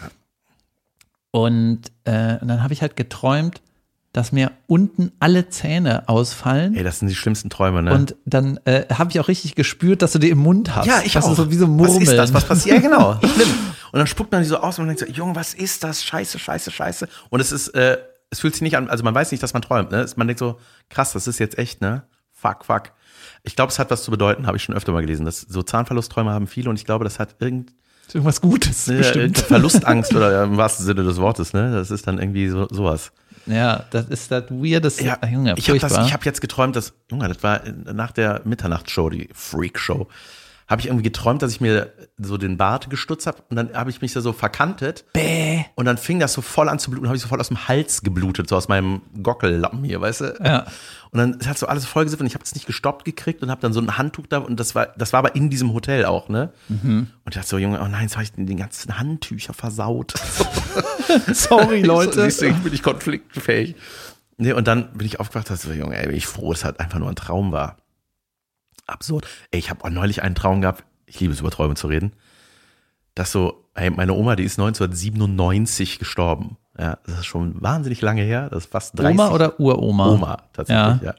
Und, äh, und dann habe ich halt geträumt, dass mir unten alle Zähne ausfallen. Ey, das sind die schlimmsten Träume, ne? Und dann äh, habe ich auch richtig gespürt, dass du die im Mund hast. Ja, ich das auch. Ist so wie so Murmeln. Was ist das? Was passiert? Ja, genau. Schlimm. Und dann spuckt man die so aus und man denkt so, Junge, was ist das? Scheiße, scheiße, scheiße. Und es ist, äh, es fühlt sich nicht an, also man weiß nicht, dass man träumt, ne? Man denkt so, krass, das ist jetzt echt, ne? Fuck, fuck. Ich glaube, es hat was zu bedeuten, habe ich schon öfter mal gelesen. Dass so Zahnverlustträume haben viele und ich glaube, das hat irgend ist irgendwas Gutes, ne, bestimmt. Verlustangst oder im wahrsten Sinne des Wortes, ne? Das ist dann irgendwie so sowas. Ja, das ist das Weirdeste. Ja, Junge, ich habe das, ich habe jetzt geträumt, dass, Junge, das war nach der Mitternachtsshow, die Freakshow, habe ich irgendwie geträumt, dass ich mir so den Bart gestutzt habe und dann habe ich mich da so verkantet. Bäh. Und dann fing das so voll an zu bluten, habe ich so voll aus dem Hals geblutet, so aus meinem Gockellappen hier, weißt du? Ja. Und dann hat so alles vollgesifft und ich habe es nicht gestoppt gekriegt und habe dann so ein Handtuch da und das war, das war aber in diesem Hotel auch, ne? Mhm. Und ich dachte so, Junge, oh nein, jetzt habe ich die ganzen Handtücher versaut. Sorry, Leute. So, siehst du, ich bin nicht konfliktfähig. Nee, und dann bin ich aufgewacht, dachte so, Junge, ey, bin ich froh, dass es halt einfach nur ein Traum war. Absurd. Ey, ich habe auch neulich einen Traum gehabt, ich liebe es, über Träume zu reden, dass so, ey, meine Oma, die ist neunzehnhundertsiebenundneunzig gestorben. Ja, das ist schon wahnsinnig lange her, das ist fast dreißig. Oma oder Uroma? Oma, tatsächlich, ja. ja.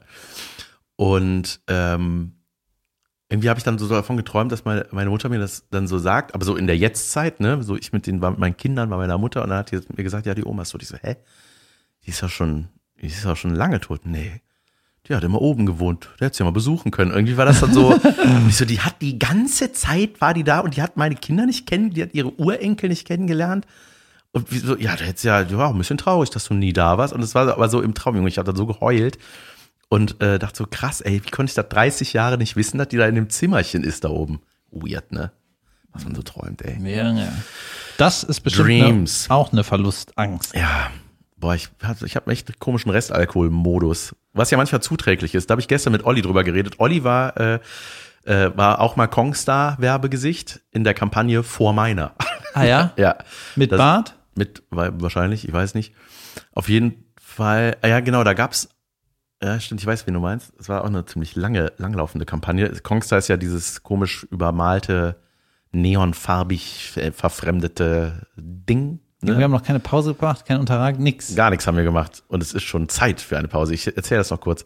Und ähm, irgendwie habe ich dann so davon geträumt, dass meine, meine Mutter mir das dann so sagt, aber so in der Jetztzeit, ne, so ich mit den, war mit meinen Kindern, bei meiner Mutter und dann hat die mir gesagt, ja, die Oma ist tot. Ich so, hä? Die ist ja schon, die ist ja schon lange tot. Nee. Die hat immer oben gewohnt. Der hätte sie ja mal besuchen können. Irgendwie war das dann so, und ich so, die hat die ganze Zeit, war die da und die hat meine Kinder nicht kennen, die hat ihre Urenkel nicht kennengelernt. Und wie so, ja, da hätte ja, ja, ein bisschen traurig, dass du nie da warst. Und es war aber so im Traum, Junge, ich habe dann so geheult und äh, dachte so, krass, ey, wie konnte ich da dreißig Jahre nicht wissen, dass die da in dem Zimmerchen ist da oben. Weird, ne? Was man so träumt, ey. Ja, ja. Das ist bestimmt Dreams. Eine, auch eine Verlustangst. Ja. Boah, ich, ich habe echt einen komischen Restalkoholmodus, was ja manchmal zuträglich ist. Da habe ich gestern mit Olli drüber geredet. Olli war, äh, äh, war auch mal Kongstar-Werbegesicht in der Kampagne Vor meiner. Ah ja? Ja. Mit das, Bart? Mit, wahrscheinlich, ich weiß nicht. Auf jeden Fall, ja genau, da gab's, ja stimmt, ich weiß, wen du meinst. Es war auch eine ziemlich lange, langlaufende Kampagne. Kongstar ist ja dieses komisch übermalte, neonfarbig verfremdete Ding. Ne? Wir haben noch keine Pause gemacht, kein Unterrag, nix. Gar nichts haben wir gemacht. Und es ist schon Zeit für eine Pause. Ich erzähle das noch kurz.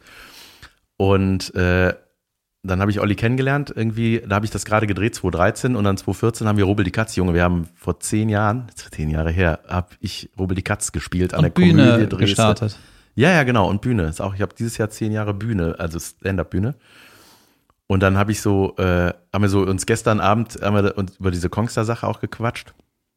Und äh, dann habe ich Olli kennengelernt. Irgendwie, da habe ich das gerade gedreht, zwanzig dreizehn. Und dann zwanzig vierzehn haben wir Rubbel die Katz. Junge, wir haben vor zehn Jahren, zehn Jahre her, habe ich Rubbel die Katz gespielt an und der Bühne Komödie Dresden. Gestartet. Ja, ja, genau. Und Bühne. Ist auch, ich habe dieses Jahr zehn Jahre Bühne, also Stand-Up-Bühne. Und dann habe ich so, äh, haben wir so uns gestern Abend haben wir uns über diese Kongstar-Sache auch gequatscht.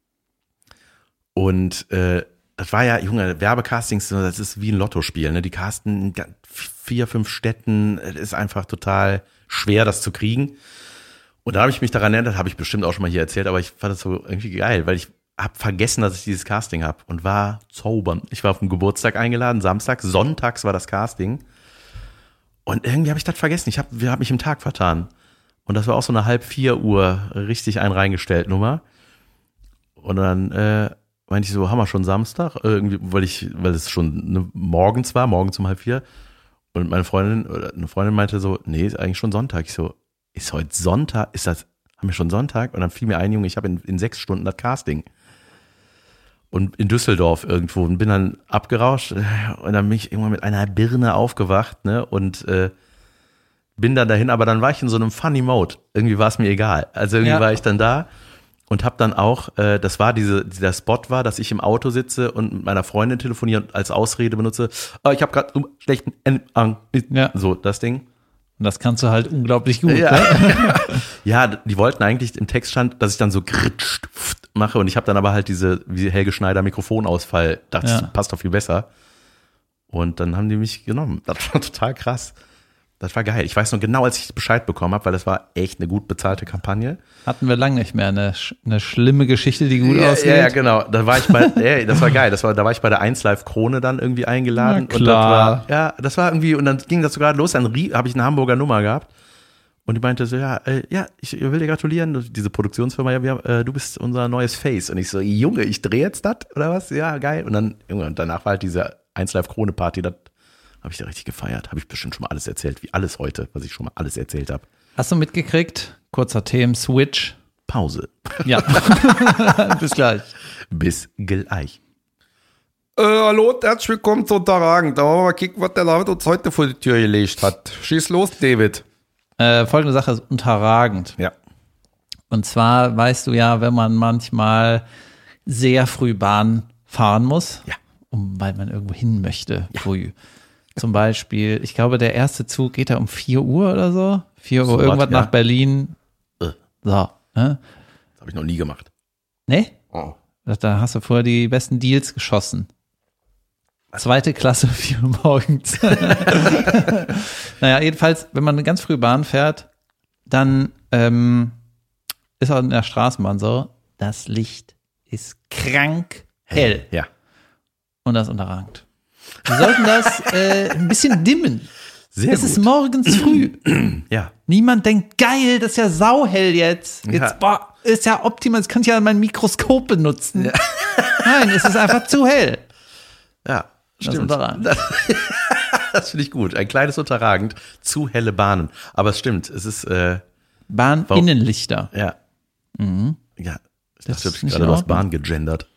Und äh, das war ja, Junge, Werbecastings, das ist wie ein Lottospiel, ne? Die casten in vier, fünf Städten, es ist einfach total schwer, das zu kriegen. Und da habe ich mich daran erinnert, habe ich bestimmt auch schon mal hier erzählt, aber ich fand das so irgendwie geil, weil ich habe vergessen, dass ich dieses Casting habe und war zaubern. Ich war auf den Geburtstag eingeladen, Samstag, sonntags war das Casting. Und irgendwie habe ich das vergessen. Ich habe hab mich im Tag vertan. Und das war auch so eine halb vier Uhr richtig ein reingestellt Nummer. Und dann äh, meinte ich so, haben wir schon Samstag? Irgendwie, weil ich, weil es schon ne, morgens war, morgens um halb vier. Und meine Freundin, oder eine Freundin meinte so, nee, ist eigentlich schon Sonntag. Ich so, ist heute Sonntag? Ist das, haben wir schon Sonntag? Und dann fiel mir ein, Junge, ich habe in, in sechs Stunden das Casting. Und in Düsseldorf irgendwo und bin dann abgerauscht und dann bin ich irgendwann mit einer Birne aufgewacht, ne, und äh, bin dann dahin, aber dann war ich in so einem funny Mode. Irgendwie war es mir egal. Also irgendwie ja. war ich dann da und habe dann auch, äh, das war diese, dieser Spot war, dass ich im Auto sitze und mit meiner Freundin telefoniere und als Ausrede benutze, oh, ich habe gerade einen schlechten Empfang. Ja. So, das Ding. Und das kannst du halt unglaublich gut. Ja. Ne? Ja, die wollten eigentlich, im Text stand, dass ich dann so gritscht mache und ich habe dann aber halt diese, wie Helge Schneider Mikrofonausfall, dachte Ja. ich, passt doch viel besser. Und dann haben die mich genommen. Das war total krass. Das war geil. Ich weiß noch genau, als ich Bescheid bekommen habe, weil das war echt eine gut bezahlte Kampagne. Hatten wir lange nicht mehr eine, sch- eine schlimme Geschichte, die gut ja, ausgeht. ja, ja, genau. Da war ich bei, ja, das war geil. Das war, da war ich bei der eins Live Krone dann irgendwie eingeladen. Na Und das klar. war, ja, das war irgendwie, und dann ging das sogar los. Dann habe ich eine Hamburger Nummer gehabt. Und die meinte so, ja, äh, ja, ich will dir gratulieren. Diese Produktionsfirma, ja, wir, äh, du bist unser neues Face. Und ich so, Junge, ich drehe jetzt das oder was? Ja, geil. Und dann, Junge, und danach war halt diese eins Live Krone Party, das habe ich da richtig gefeiert. Habe ich bestimmt schon mal alles erzählt, wie alles heute, was ich schon mal alles erzählt habe. Hast du mitgekriegt? Kurzer Themen-Switch. Pause. Ja. Bis gleich. Bis gleich. Äh, hallo und herzlich willkommen zu Unterragend. Da wollen wir mal kicken, was der David uns heute vor die Tür gelegt hat. Schieß los, David. Äh, folgende Sache ist unterragend. Ja. Und zwar weißt du ja, wenn man manchmal sehr früh Bahn fahren muss, Ja. um, weil man irgendwo hin möchte, früh. Zum Beispiel, ich glaube, der erste Zug geht da um vier Uhr oder so. vier Uhr So irgendwas was, ja. nach Berlin. Äh. So. Ne? Das habe ich noch nie gemacht. Ne? Oh. Da hast du vorher die besten Deals geschossen. Zweite Klasse, vier Uhr morgens. Naja, jedenfalls, wenn man eine ganz früh Bahn fährt, dann ähm, ist auch in der Straßenbahn so, das Licht ist krank hell. Ja. Und das ist unterragend. Wir sollten das äh, ein bisschen dimmen. Sehr es gut. ist morgens früh. Ja. Niemand denkt, geil, das ist ja sauhell jetzt. Jetzt, Ja. boah, ist ja optimal, jetzt kann ich ja mein Mikroskop benutzen. Nein, es ist einfach zu hell. Ja. Das ist Stimmt. unterragend. Das finde ich gut. Ein kleines Unterragend. Zu helle Bahnen. Aber es stimmt. Es ist, äh, Bahninnenlichter. ja. Ja. Ich Das dachte, ist ich nicht gerade in du hast Ordnung. Bahn gegendert.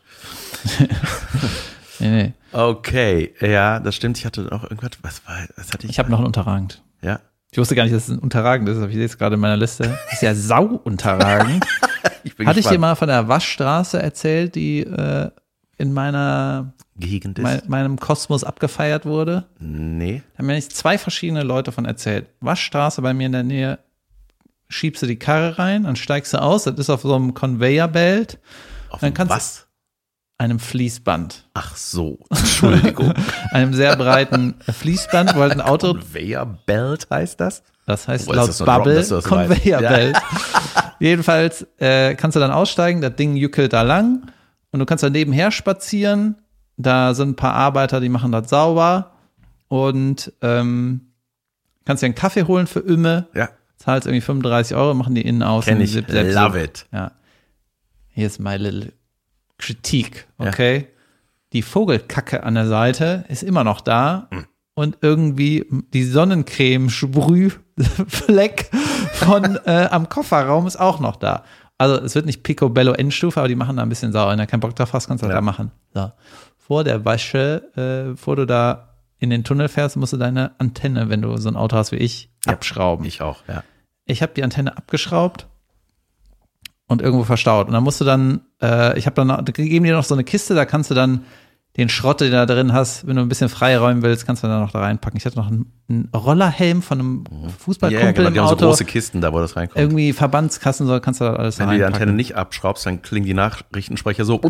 Nee, nee. Okay. Ja, das stimmt. Ich hatte auch irgendwas, was war, was hatte ich? Ich habe noch ein Unterragend. Ja. Ich wusste gar nicht, dass es ein Unterragend ist, aber ich sehe es gerade in meiner Liste. Das ist ja sau-unterragend. Ich bin Hatte ich dir gespannt. mal von der Waschstraße erzählt, die äh, in meiner, Gegend ist? mein, meinem Kosmos abgefeiert wurde? Nee. Da haben mir nicht zwei verschiedene Leute von erzählt. Waschstraße bei mir in der Nähe, schiebst du die Karre rein, dann steigst du aus, das ist auf so einem Conveyor-Belt, Auf Dann kannst du- was? einem Fließband, Ach so. Entschuldigung. einem sehr breiten Fließband, wo halt ein Auto, Conveyor Belt heißt das? das heißt Wo ist laut das noch Rock, Bubble, dass du das weißt? Conveyor-Belt. Jedenfalls äh, kannst du dann aussteigen, das Ding jückelt da lang und du kannst da nebenher spazieren. Da sind ein paar Arbeiter, die machen das sauber und ähm, kannst dir einen Kaffee holen für Ümme. Ja. Zahlst irgendwie fünfunddreißig Euro, machen die innen außen. Kenn ich. Zip, zap, Love zip. it. Ja. Hier ist my little Kritik, okay? Die Vogelkacke an der Seite ist immer noch da Hm. und irgendwie die Sonnencreme-Sprühfleck von äh, am Kofferraum ist auch noch da. Also es wird nicht Picobello Endstufe, aber die machen da ein bisschen sauer. Wenn du keinen Bock drauf hast, kannst du das Ja. da machen. So. Vor der Wäsche, äh, bevor du da in den Tunnel fährst, musst du deine Antenne, wenn du so ein Auto hast wie ich, Ja. abschrauben. Ich auch, ja. Ich habe die Antenne abgeschraubt und irgendwo verstaut. Und dann musst du dann, äh, ich habe dann, da geben dir noch so eine Kiste, da kannst du dann den Schrott, den du da drin hast, wenn du ein bisschen freiräumen willst, kannst du dann noch da reinpacken. Ich hatte noch einen, einen Rollerhelm von einem Fußballkumpel Ja, genau. Die im haben so Auto. große Kisten da, wo das reinkommt. Irgendwie Verbandskassen, so kannst du da alles Wenn du die reinpacken. Antenne nicht abschraubst, dann klingen die Nachrichtensprecher so.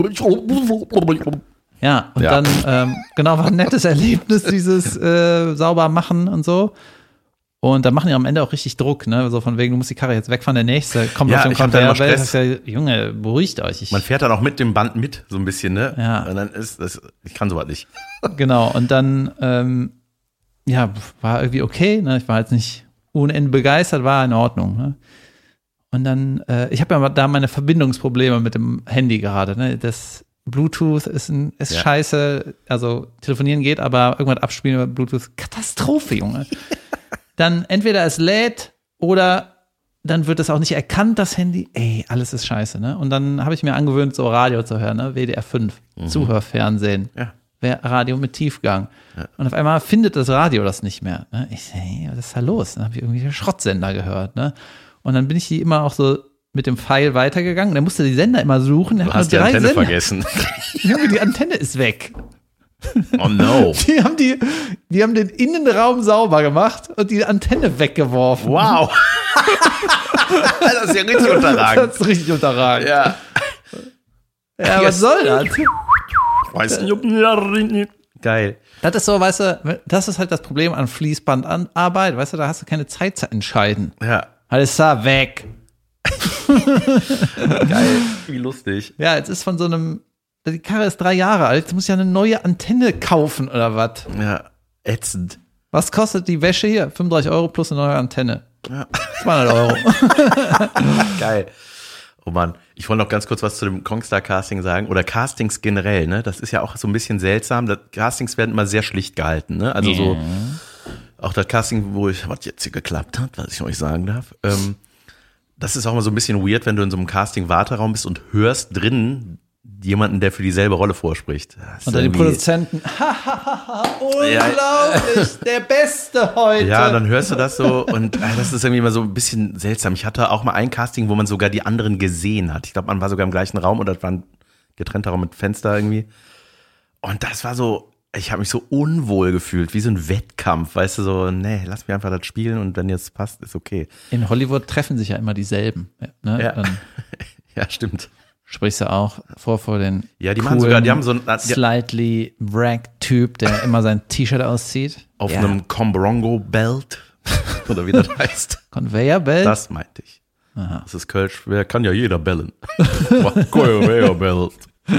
Ja, und Ja. dann, ähm, genau, war ein nettes Erlebnis, dieses äh, sauber machen und so. Und da machen die am Ende auch richtig Druck, ne? So von wegen, du musst die Karre jetzt weg von der nächste, kommt Ja, auf den ich hab da immer Conveyor-Belt. Stress. Ja, Junge, beruhigt euch. Ich, Man fährt dann auch mit dem Band mit, so ein bisschen, ne? Ja. Und dann ist das, ich kann sowas nicht. Genau, und dann, ähm, ja, war irgendwie okay, ne? Ich war jetzt nicht ohne Ende begeistert, war in Ordnung, ne? Und dann, äh, ich habe ja da meine Verbindungsprobleme mit dem Handy gerade, ne? Das Bluetooth ist, ein, ist Ja. scheiße, also telefonieren geht, aber irgendwas abspielen über Bluetooth, Katastrophe, Junge. Dann entweder es lädt oder dann wird es auch nicht erkannt, das Handy. Ey, alles ist scheiße, ne? Und dann habe ich mir angewöhnt, so Radio zu hören, ne? W D R fünf, Zuhörfernsehen. Ja. Wer- Radio mit Tiefgang. Und auf einmal findet das Radio das nicht mehr. Ne? Ich sag, hey, was ist da los? Dann habe ich irgendwie Schrottsender gehört. Ne? Und dann bin ich die immer auch so ein mit dem Pfeil weitergegangen. Der musste die Sender immer suchen. Du hast die drei Antenne Sender. vergessen. Junge, die Antenne ist weg. Oh no. Die haben, die, die haben den Innenraum sauber gemacht und die Antenne weggeworfen. Wow. Das ist ja richtig unterragend. Das ist richtig unterragend. Ja. Ja, was soll das? Weiß nicht, ob geil. Das ist so, weißt du, das ist halt das Problem an Fließbandarbeit. Weißt du, da hast du keine Zeit zu entscheiden. Ja. Alles da weg. Geil. Wie lustig. Ja, jetzt ist von so einem, die Karre ist drei Jahre alt, jetzt muss ich ja eine neue Antenne kaufen oder was? Ja. Ätzend. Was kostet die Wäsche hier? fünfunddreißig Euro plus eine neue Antenne. Ja. zweihundert Euro. Geil. Oh Mann, ich wollte noch ganz kurz was zu dem Kongstar-Casting sagen. Oder Castings generell, ne? Das ist ja auch so ein bisschen seltsam. Das Castings werden immer sehr schlicht gehalten, ne? Also so, auch das Casting, wo ich, was jetzt hier geklappt hat, was ich euch sagen darf. Ähm, das ist auch immer so ein bisschen weird, wenn du in so einem Casting-Warteraum bist und hörst drinnen jemanden, der für dieselbe Rolle vorspricht. Unter den Produzenten. Unglaublich, der Beste heute. Ja, dann hörst du das so und äh, das ist irgendwie immer so ein bisschen seltsam. Ich hatte auch mal ein Casting, wo man sogar die anderen gesehen hat. Ich glaube, man war sogar im gleichen Raum oder es war ein getrennter Raum mit Fenster irgendwie. Und das war so, ich habe mich so unwohl gefühlt, wie so ein Wettkampf. Weißt du, so, nee, lass mich einfach das spielen und wenn jetzt passt, ist okay. In Hollywood treffen sich ja immer dieselben. Ne? Ja, Dann ja stimmt. sprichst du auch vor vor den Ja, die machen sogar, die haben so ein, ja, slightly wrack-Typ, der immer sein T-Shirt auszieht. auf Ja. einem Combrongo-Belt oder wie das heißt. Conveyor Belt? Das meinte ich. Aha. Das ist Kölsch, wer kann ja jeder bellen. Conveyor-Belt.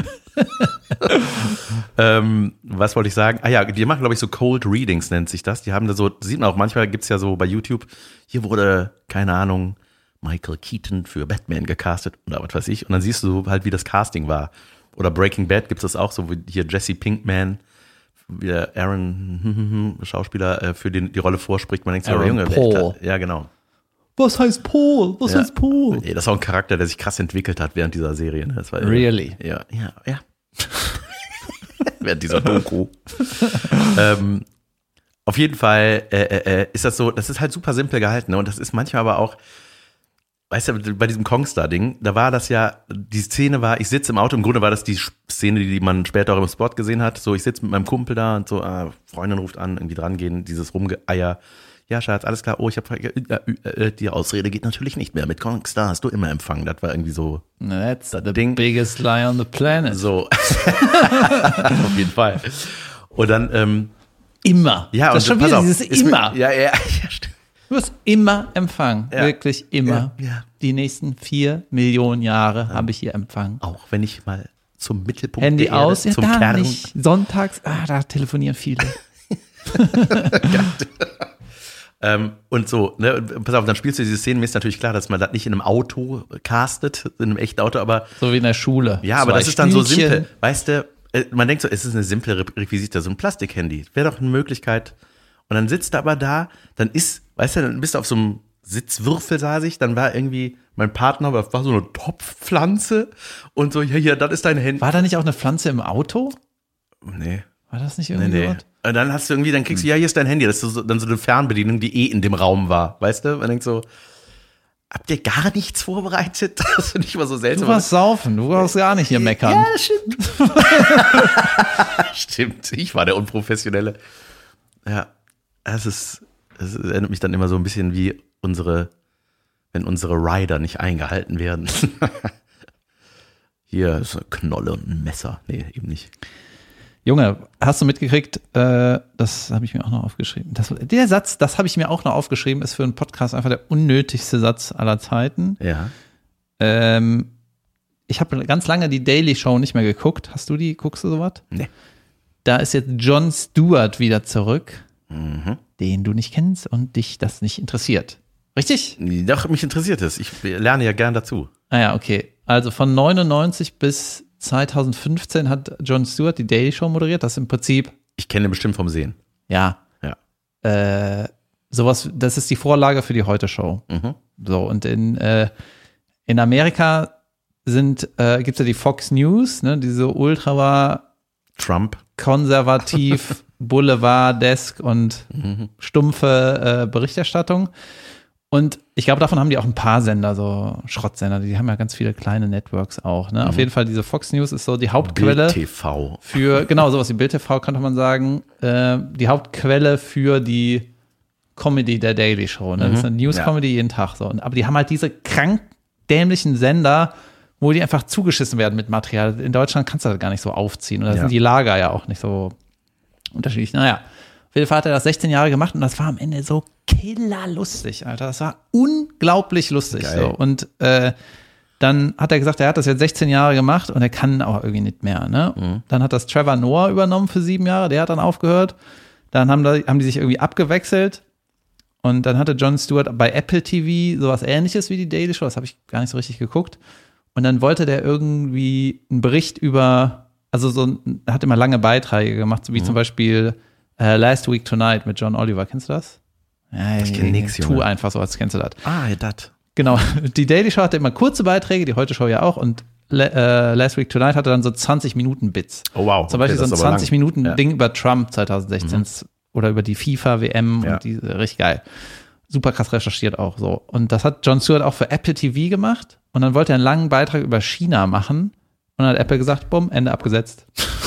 ähm, was wollte ich sagen? Ah ja, die machen, glaube ich, so Cold Readings nennt sich das. Die haben da so, sieht man auch, manchmal gibt's ja so bei YouTube, hier wurde, keine Ahnung, Michael Keaton für Batman gecastet oder was weiß ich. Und dann siehst du halt, wie das Casting war. Oder Breaking Bad gibt es auch so, wie hier Jesse Pinkman, wie der Aaron, Schauspieler, äh, für den, die Rolle vorspricht. Man denkt so, Aaron Junge, Paul. ja genau. Was heißt Paul? Was Ja. heißt Paul? Nee, das ist auch ein Charakter, der sich krass entwickelt hat während dieser Serie. Ne? Das war Really? Ja, ja, ja. Während dieser Doku. ähm, auf jeden Fall äh, äh, ist das so, das ist halt super simpel gehalten. Ne? Und das ist manchmal aber auch, weißt du, bei diesem Kongstar-Ding, da war das ja, die Szene war, ich sitze im Auto, im Grunde war das die Szene, die man später auch im Spot gesehen hat. So, ich sitze mit meinem Kumpel da und so, ah, Freundin ruft an, irgendwie dran gehen, dieses Rumgeeier. Ja, Schatz, alles klar. Oh, ich habe äh, äh, die Ausrede geht natürlich nicht mehr. Mit Kongstar hast du immer Empfang. Das war irgendwie so. That's the Ding. biggest lie on the planet. So. Auf jeden Fall. Und dann, ähm, Immer. ja, das ist und schon pass wieder auf, dieses ist mir- immer. Ja, ja, ja, stimmt. Du wirst immer Empfang. Ja. Wirklich immer. Ja, ja. Die nächsten vier Millionen Jahre habe ich hier Empfang. Auch wenn ich mal zum Mittelpunkt Handy der Erde, aus, ja, zum da Kern. nicht. Sonntags, ah, da telefonieren viele. Ähm, und so, ne, und pass auf, dann spielst du diese Szenen, mir ist natürlich klar, dass man das nicht in einem Auto castet, in einem echten Auto, aber So wie in der Schule. ja, aber Zwei das ist dann so Stühlchen. simpel. Weißt du, äh, man denkt so, es ist eine simple Re- Requisite, so ein Plastikhandy. Wäre doch eine Möglichkeit. Und dann sitzt er aber da, dann ist, weißt du, dann bist du auf so einem Sitzwürfel, saß ich, dann war irgendwie mein Partner, das war so eine Topfpflanze und so, ja, hier, das ist dein Handy. War da nicht auch eine Pflanze im Auto? Nee, War das nicht nee, irgendwie nee. was? Und dann hast du irgendwie, dann kriegst du, ja, hier ist dein Handy. Das ist so, dann so eine Fernbedienung, die eh in dem Raum war, weißt du? Man denkt so, habt ihr gar nichts vorbereitet? Das finde ich immer so seltsam. Du warst saufen, du brauchst gar nicht hier meckern. Ja, das stimmt. Stimmt, ich war der Unprofessionelle. Ja, es ist, es erinnert mich dann immer so ein bisschen wie unsere, wenn unsere Rider nicht eingehalten werden. Hier ist eine Knolle und ein Messer. Nee, eben nicht. Junge, hast du mitgekriegt, äh, das habe ich mir auch noch aufgeschrieben. Das, der Satz, das habe ich mir auch noch aufgeschrieben, ist für einen Podcast einfach der unnötigste Satz aller Zeiten. Ja. Ähm, ich habe ganz lange die Daily Show nicht mehr geguckt. Hast du die? Guckst du sowas? Nee. Da ist jetzt Jon Stewart wieder zurück, Mhm. den du nicht kennst und dich das nicht interessiert. Richtig? Doch, mich interessiert es. Ich lerne ja gern dazu. Ah ja, okay. Also von neunundneunzig bis zweitausendfünfzehn hat Jon Stewart die Daily Show moderiert. Das ist im Prinzip, Ich kenne ihn bestimmt vom Sehen. ja, Ja. äh, sowas, das ist die Vorlage für die Heute-Show. Mhm. So, und in, äh, in Amerika sind, äh, gibt es ja die Fox News, ne, diese ultra Trump. konservativ, Boulevard-desk und stumpfe äh, Berichterstattung. Und ich glaube, davon haben die auch ein paar Sender, so Schrottsender. Die haben ja ganz viele kleine Networks auch. Ne? Mhm. Auf jeden Fall, diese Fox News ist so die Hauptquelle. Bild T V. Für, genau, sowas wie Bild T V, könnte man sagen. Äh, die Hauptquelle für die Comedy der Daily Show. Ne? Mhm. Das ist eine News-Comedy ja. jeden Tag. So. Und, aber die haben halt diese krank dämlichen Sender, wo die einfach zugeschissen werden mit Material. In Deutschland kannst du das gar nicht so aufziehen. Und da ja. sind die Lager ja auch nicht so unterschiedlich. Naja. Auf jeden Fall hat er das sechzehn Jahre gemacht und das war am Ende so killerlustig, Alter. Das war unglaublich lustig. So. Und äh, dann hat er gesagt, er hat das jetzt sechzehn Jahre gemacht und er kann aber irgendwie nicht mehr. Ne? Mhm. Dann hat das Trevor Noah übernommen für sieben Jahre, der hat dann aufgehört. Dann haben, da, haben die sich irgendwie abgewechselt und dann hatte Jon Stewart bei Apple T V sowas Ähnliches wie die Daily Show, das habe ich gar nicht so richtig geguckt. Und dann wollte der irgendwie einen Bericht über, also so, er hat immer lange Beiträge gemacht, so wie mhm. zum Beispiel Uh, Last Week Tonight mit John Oliver, kennst du das? Ja, ich kenne nix, Tu einfach so, als kennst du das. Ah, ja, das. Genau, die Daily Show hatte immer kurze Beiträge, die Heute Show ja auch und uh, Last Week Tonight hatte dann so zwanzig Minuten Bits. Oh wow. Zum Beispiel okay, so ein zwanzig Minuten ja. Ding über Trump zwanzig sechzehn mhm. oder über die FIFA W M ja. und die, richtig geil. Super krass recherchiert auch so. Und das hat Jon Stewart auch für Apple T V gemacht und dann wollte er einen langen Beitrag über China machen und dann hat Apple gesagt, bumm, Ende abgesetzt.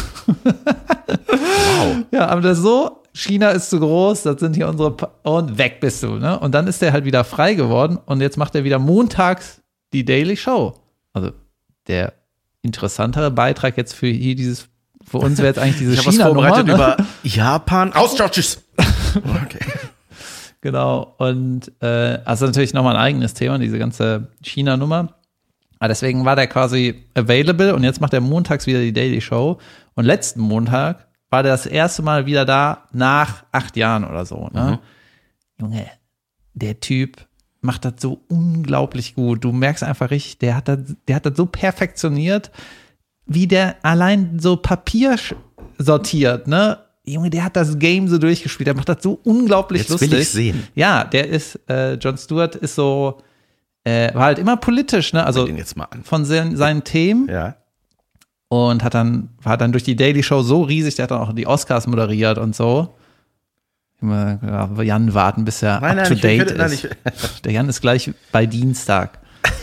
Wow. Ja, aber das ist so, China ist zu groß, das sind hier unsere, pa- und weg bist du, ne? Und dann ist der halt wieder frei geworden und jetzt macht er wieder montags die Daily Show. Also der interessantere Beitrag jetzt für hier dieses, für uns wäre jetzt eigentlich diese ich China-Nummer. Ich habe was vorbereitet ne? über Japan. Aus, Georges! Okay. Genau, und äh, also natürlich nochmal ein eigenes Thema, diese ganze China-Nummer. Aber deswegen war der quasi available und jetzt macht er montags wieder die Daily Show. Und letzten Montag war der das erste Mal wieder da nach acht Jahren oder so. Ne? Mhm. Junge, der Typ macht das so unglaublich gut. Du merkst einfach richtig, der hat das, der hat das so perfektioniert, wie der allein so Papier sortiert, ne? Junge, der hat das Game so durchgespielt. Der macht das so unglaublich jetzt lustig. Will ich sehen. Ja, der ist, äh, Jon Stewart ist so, äh, war halt immer politisch, ne? Also den jetzt mal an. von seinen, seinen Themen. Ja. Und hat dann, war dann durch die Daily Show so riesig, der hat dann auch die Oscars moderiert und so. Immer, ja, Jan warten, bis er nein, up nein, to ich date will, nein, ist. ich, Der Jan ist gleich bei Dienstag.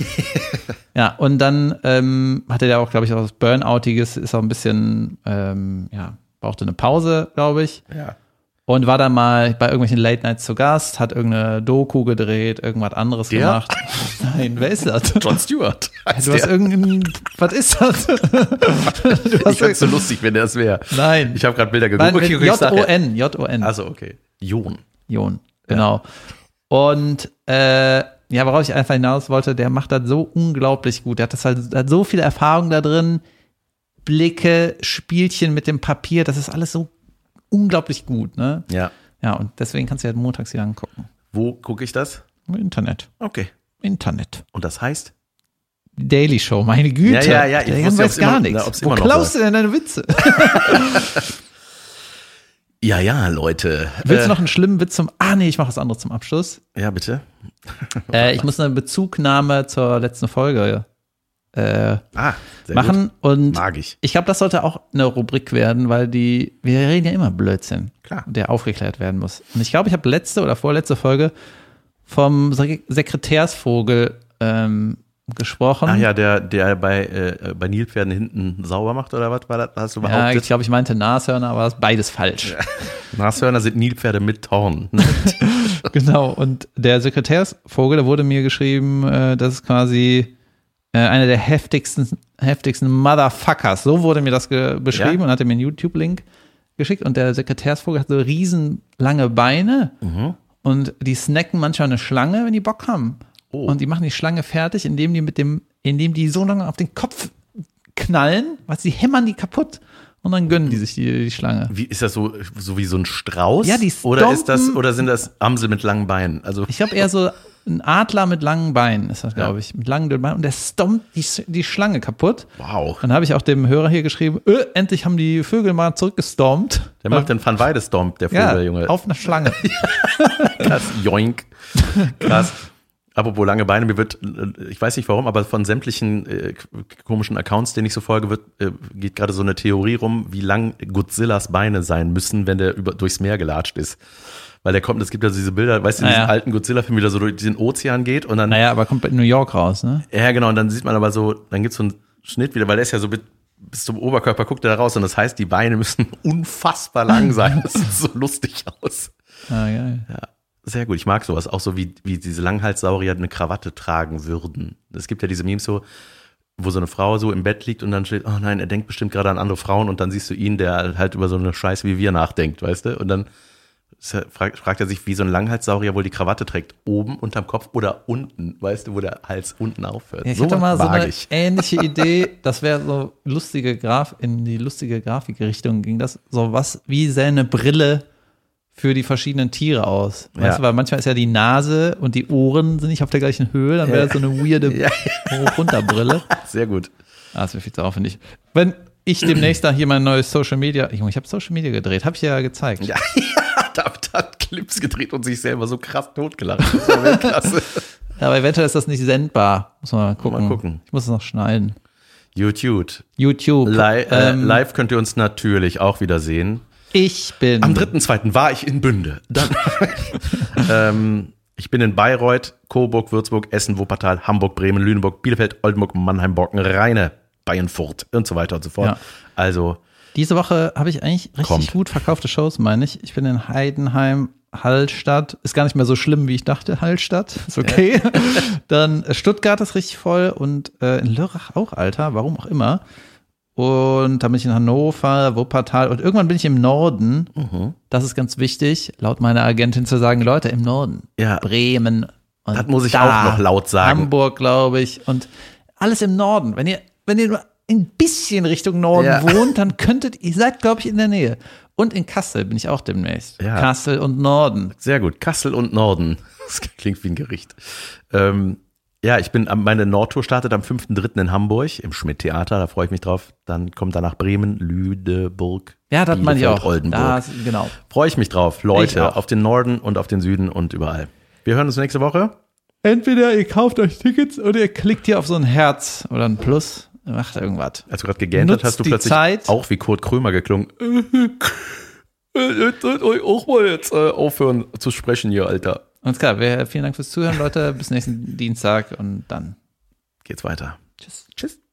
Ja, und dann ähm, hatte der auch, glaube ich, auch was Burnoutiges, ist auch ein bisschen, ähm, ja, brauchte eine Pause, glaube ich. Ja. Und war dann mal bei irgendwelchen Late Nights zu Gast, hat irgendeine Doku gedreht, irgendwas anderes der? gemacht. Nein, wer ist das? Jon Stewart. Du hast irgendein, was ist das? Du hast ich find's so lustig, wenn der das wäre. Nein. Ich habe gerade Bilder geguckt. Nein, J O N, J O N. Also okay. Jon. Jon, genau. Ja. Und äh, ja, worauf ich einfach hinaus wollte, der macht das so unglaublich gut. Der hat das halt, hat so viel Erfahrung da drin. Blicke, Spielchen mit dem Papier, das ist alles so unglaublich gut, ne? Ja. Ja, und deswegen kannst du ja montags wieder angucken. Wo gucke ich das? Im Internet. Okay. Internet. Und das heißt? Daily Show, meine Güte. Ja, ja, ja. Der Jan weiß gar immer, nichts. Na, Wo klaust du denn deine Witze? Ja, ja, Leute. Willst äh, du noch einen schlimmen Witz zum, ah nee, ich mache was anderes zum Abschluss. Ja, bitte. äh, ich muss eine Bezugnahme zur letzten Folge äh, ah, sehr machen. Gut. Und mag ich. Ich glaube, das sollte auch eine Rubrik werden, weil die, wir reden ja immer Blödsinn, klar, der aufgeklärt werden muss. Und ich glaube, ich habe letzte oder vorletzte Folge vom Sek- Sekretärsvogel ähm, gesprochen. Ach ja, der, der bei, äh, bei Nilpferden hinten sauber macht oder was war das? Hast du behauptet? Ja, ich glaube, ich meinte Nashörner, aber das ist beides falsch. Ja. Nashörner sind Nilpferde mit Torn. Genau, und der Sekretärsvogel, da wurde mir geschrieben, äh, das ist quasi äh, einer der heftigsten, heftigsten Motherfuckers. So wurde mir das ge- beschrieben, ja? Und hatte mir einen YouTube-Link geschickt. Und der Sekretärsvogel hat so riesen lange Beine, mhm. und die snacken manchmal eine Schlange, wenn die Bock haben. Oh. Und die machen die Schlange fertig, indem die mit dem, indem die so lange auf den Kopf knallen, was sie hämmern die kaputt. Und dann gönnen die sich die, die Schlange. Wie ist das so, so wie so ein Strauß? Ja, die oder stompen. ist das, oder sind das Amsel mit langen Beinen? Also Ich glaube eher so ein Adler mit langen Beinen ist das, glaube Ja. ich. Mit langen dünnen Beinen. Und der stompt die, die Schlange kaputt. wow. Dann habe ich auch dem Hörer hier geschrieben, öh, endlich haben die Vögel mal zurückgestompt. Der macht den Van Weide-Stomp, der Vogel, Ja, Junge. auf einer Schlange. Krass, joink. Krass. apropos lange Beine, mir wird, ich weiß nicht warum, aber von sämtlichen äh, komischen Accounts, denen ich so folge, wird, äh, geht gerade so eine Theorie rum, wie lang Godzillas Beine sein müssen, wenn der über, durchs Meer gelatscht ist. Weil der kommt, es gibt ja so diese Bilder, weißt du, in Naja. diesem alten Godzilla-Film, wie der so durch den Ozean geht und dann, Naja, aber kommt in New York raus, ne? ja genau, und dann sieht man aber so, dann gibt's so einen Schnitt wieder, weil der ist ja so bis, bis zum Oberkörper, guckt er da raus und das heißt, die Beine müssen unfassbar lang sein. Das sieht so lustig aus. Ah, geil. Ja, sehr gut. Ich mag sowas. Auch so wie, wie diese Langhalssaurier eine Krawatte tragen würden. Es gibt ja diese Memes so, wo so eine Frau so im Bett liegt und dann steht, oh nein, er denkt bestimmt gerade an andere Frauen und dann siehst du ihn, der halt über so eine Scheiße wie wir nachdenkt, weißt du? Und dann fragt, fragt er sich, wie so ein Langhalssaurier wohl die Krawatte trägt. Oben unterm Kopf oder unten, weißt du, wo der Hals unten aufhört. Ja, ich so hatte mal so mag eine ich. ähnliche Idee, das wäre so lustige Graf, in die lustige Grafikrichtung ging das, so was, wie sähe eine Brille für die verschiedenen Tiere aus. Weißt Ja. du, weil manchmal ist ja die Nase und die Ohren sind nicht auf der gleichen Höhe, dann wäre das so eine weirde Ja. Hoch-Runter-Brille. Sehr gut. Ah, das wäre viel zu aufwendig. Wenn ich demnächst da hier mein neues Social Media, ich, ich habe Social Media gedreht, habe ich ja gezeigt. Ja, da hat er Clips gedreht und sich selber so krass totgelacht. Das war Weltklasse. Aber eventuell ist das nicht sendbar. Muss man mal gucken. Mal gucken. Ich muss es noch schneiden. YouTube. YouTube. Li äh, ähm, live könnt ihr uns natürlich auch wieder sehen. Ich bin. Am dritten zweiten war ich in Bünde. Dann, ähm, ich bin in Bayreuth, Coburg, Würzburg, Essen, Wuppertal, Hamburg, Bremen, Lüneburg, Bielefeld, Oldenburg, Mannheim, Borken, Rheine, Bayernfurt und so weiter und so fort. Ja. Also, Diese Woche habe ich eigentlich richtig Kommt. gut verkaufte Shows, meine ich. Ich bin in Heidenheim, Hallstatt. Ist gar nicht mehr so schlimm, wie ich dachte, Hallstatt. Ist okay. Dann äh, Stuttgart ist richtig voll und äh, in Lörrach auch, Alter. Warum auch immer. Und dann bin ich in Hannover, Wuppertal und irgendwann bin ich im Norden. mhm. Das ist ganz wichtig, laut meiner Agentin zu sagen, Leute, im Norden. Ja. Bremen. Und Das muss ich da, auch noch laut sagen. Hamburg, glaube ich. Und alles im Norden. Wenn ihr, wenn ihr nur ein bisschen Richtung Norden Ja. wohnt, dann könntet, ihr seid, glaube ich, in der Nähe. Und in Kassel bin ich auch demnächst. Ja. Kassel und Norden. Sehr gut. Kassel und Norden. Das klingt wie ein Gericht. Ähm, ja, ich bin, am- meine Nordtour startet am fünften dritten in Hamburg im Schmidt-Theater. Da freue ich mich drauf. Dann kommt danach Bremen, Lüneburg, Ja, das meine ich Bielefeld, auch. Oldenburg. Das, genau. Freue ich mich drauf, Ich Leute, auch. auf den Norden und auf den Süden und überall. Wir hören uns nächste Woche. Entweder ihr kauft euch Tickets oder ihr klickt hier auf so ein Herz oder ein Plus. Macht irgendwas. Als du gerade gegähnt hast, Nutzt hast du die plötzlich Zeit. auch wie Kurt Krömer geklungen. Ihr sollt euch auch mal jetzt äh, aufhören zu sprechen hier, Alter. Alles klar, wir, vielen Dank fürs Zuhören, Leute. Bis nächsten Dienstag und dann Geht's weiter. tschüss. Tschüss.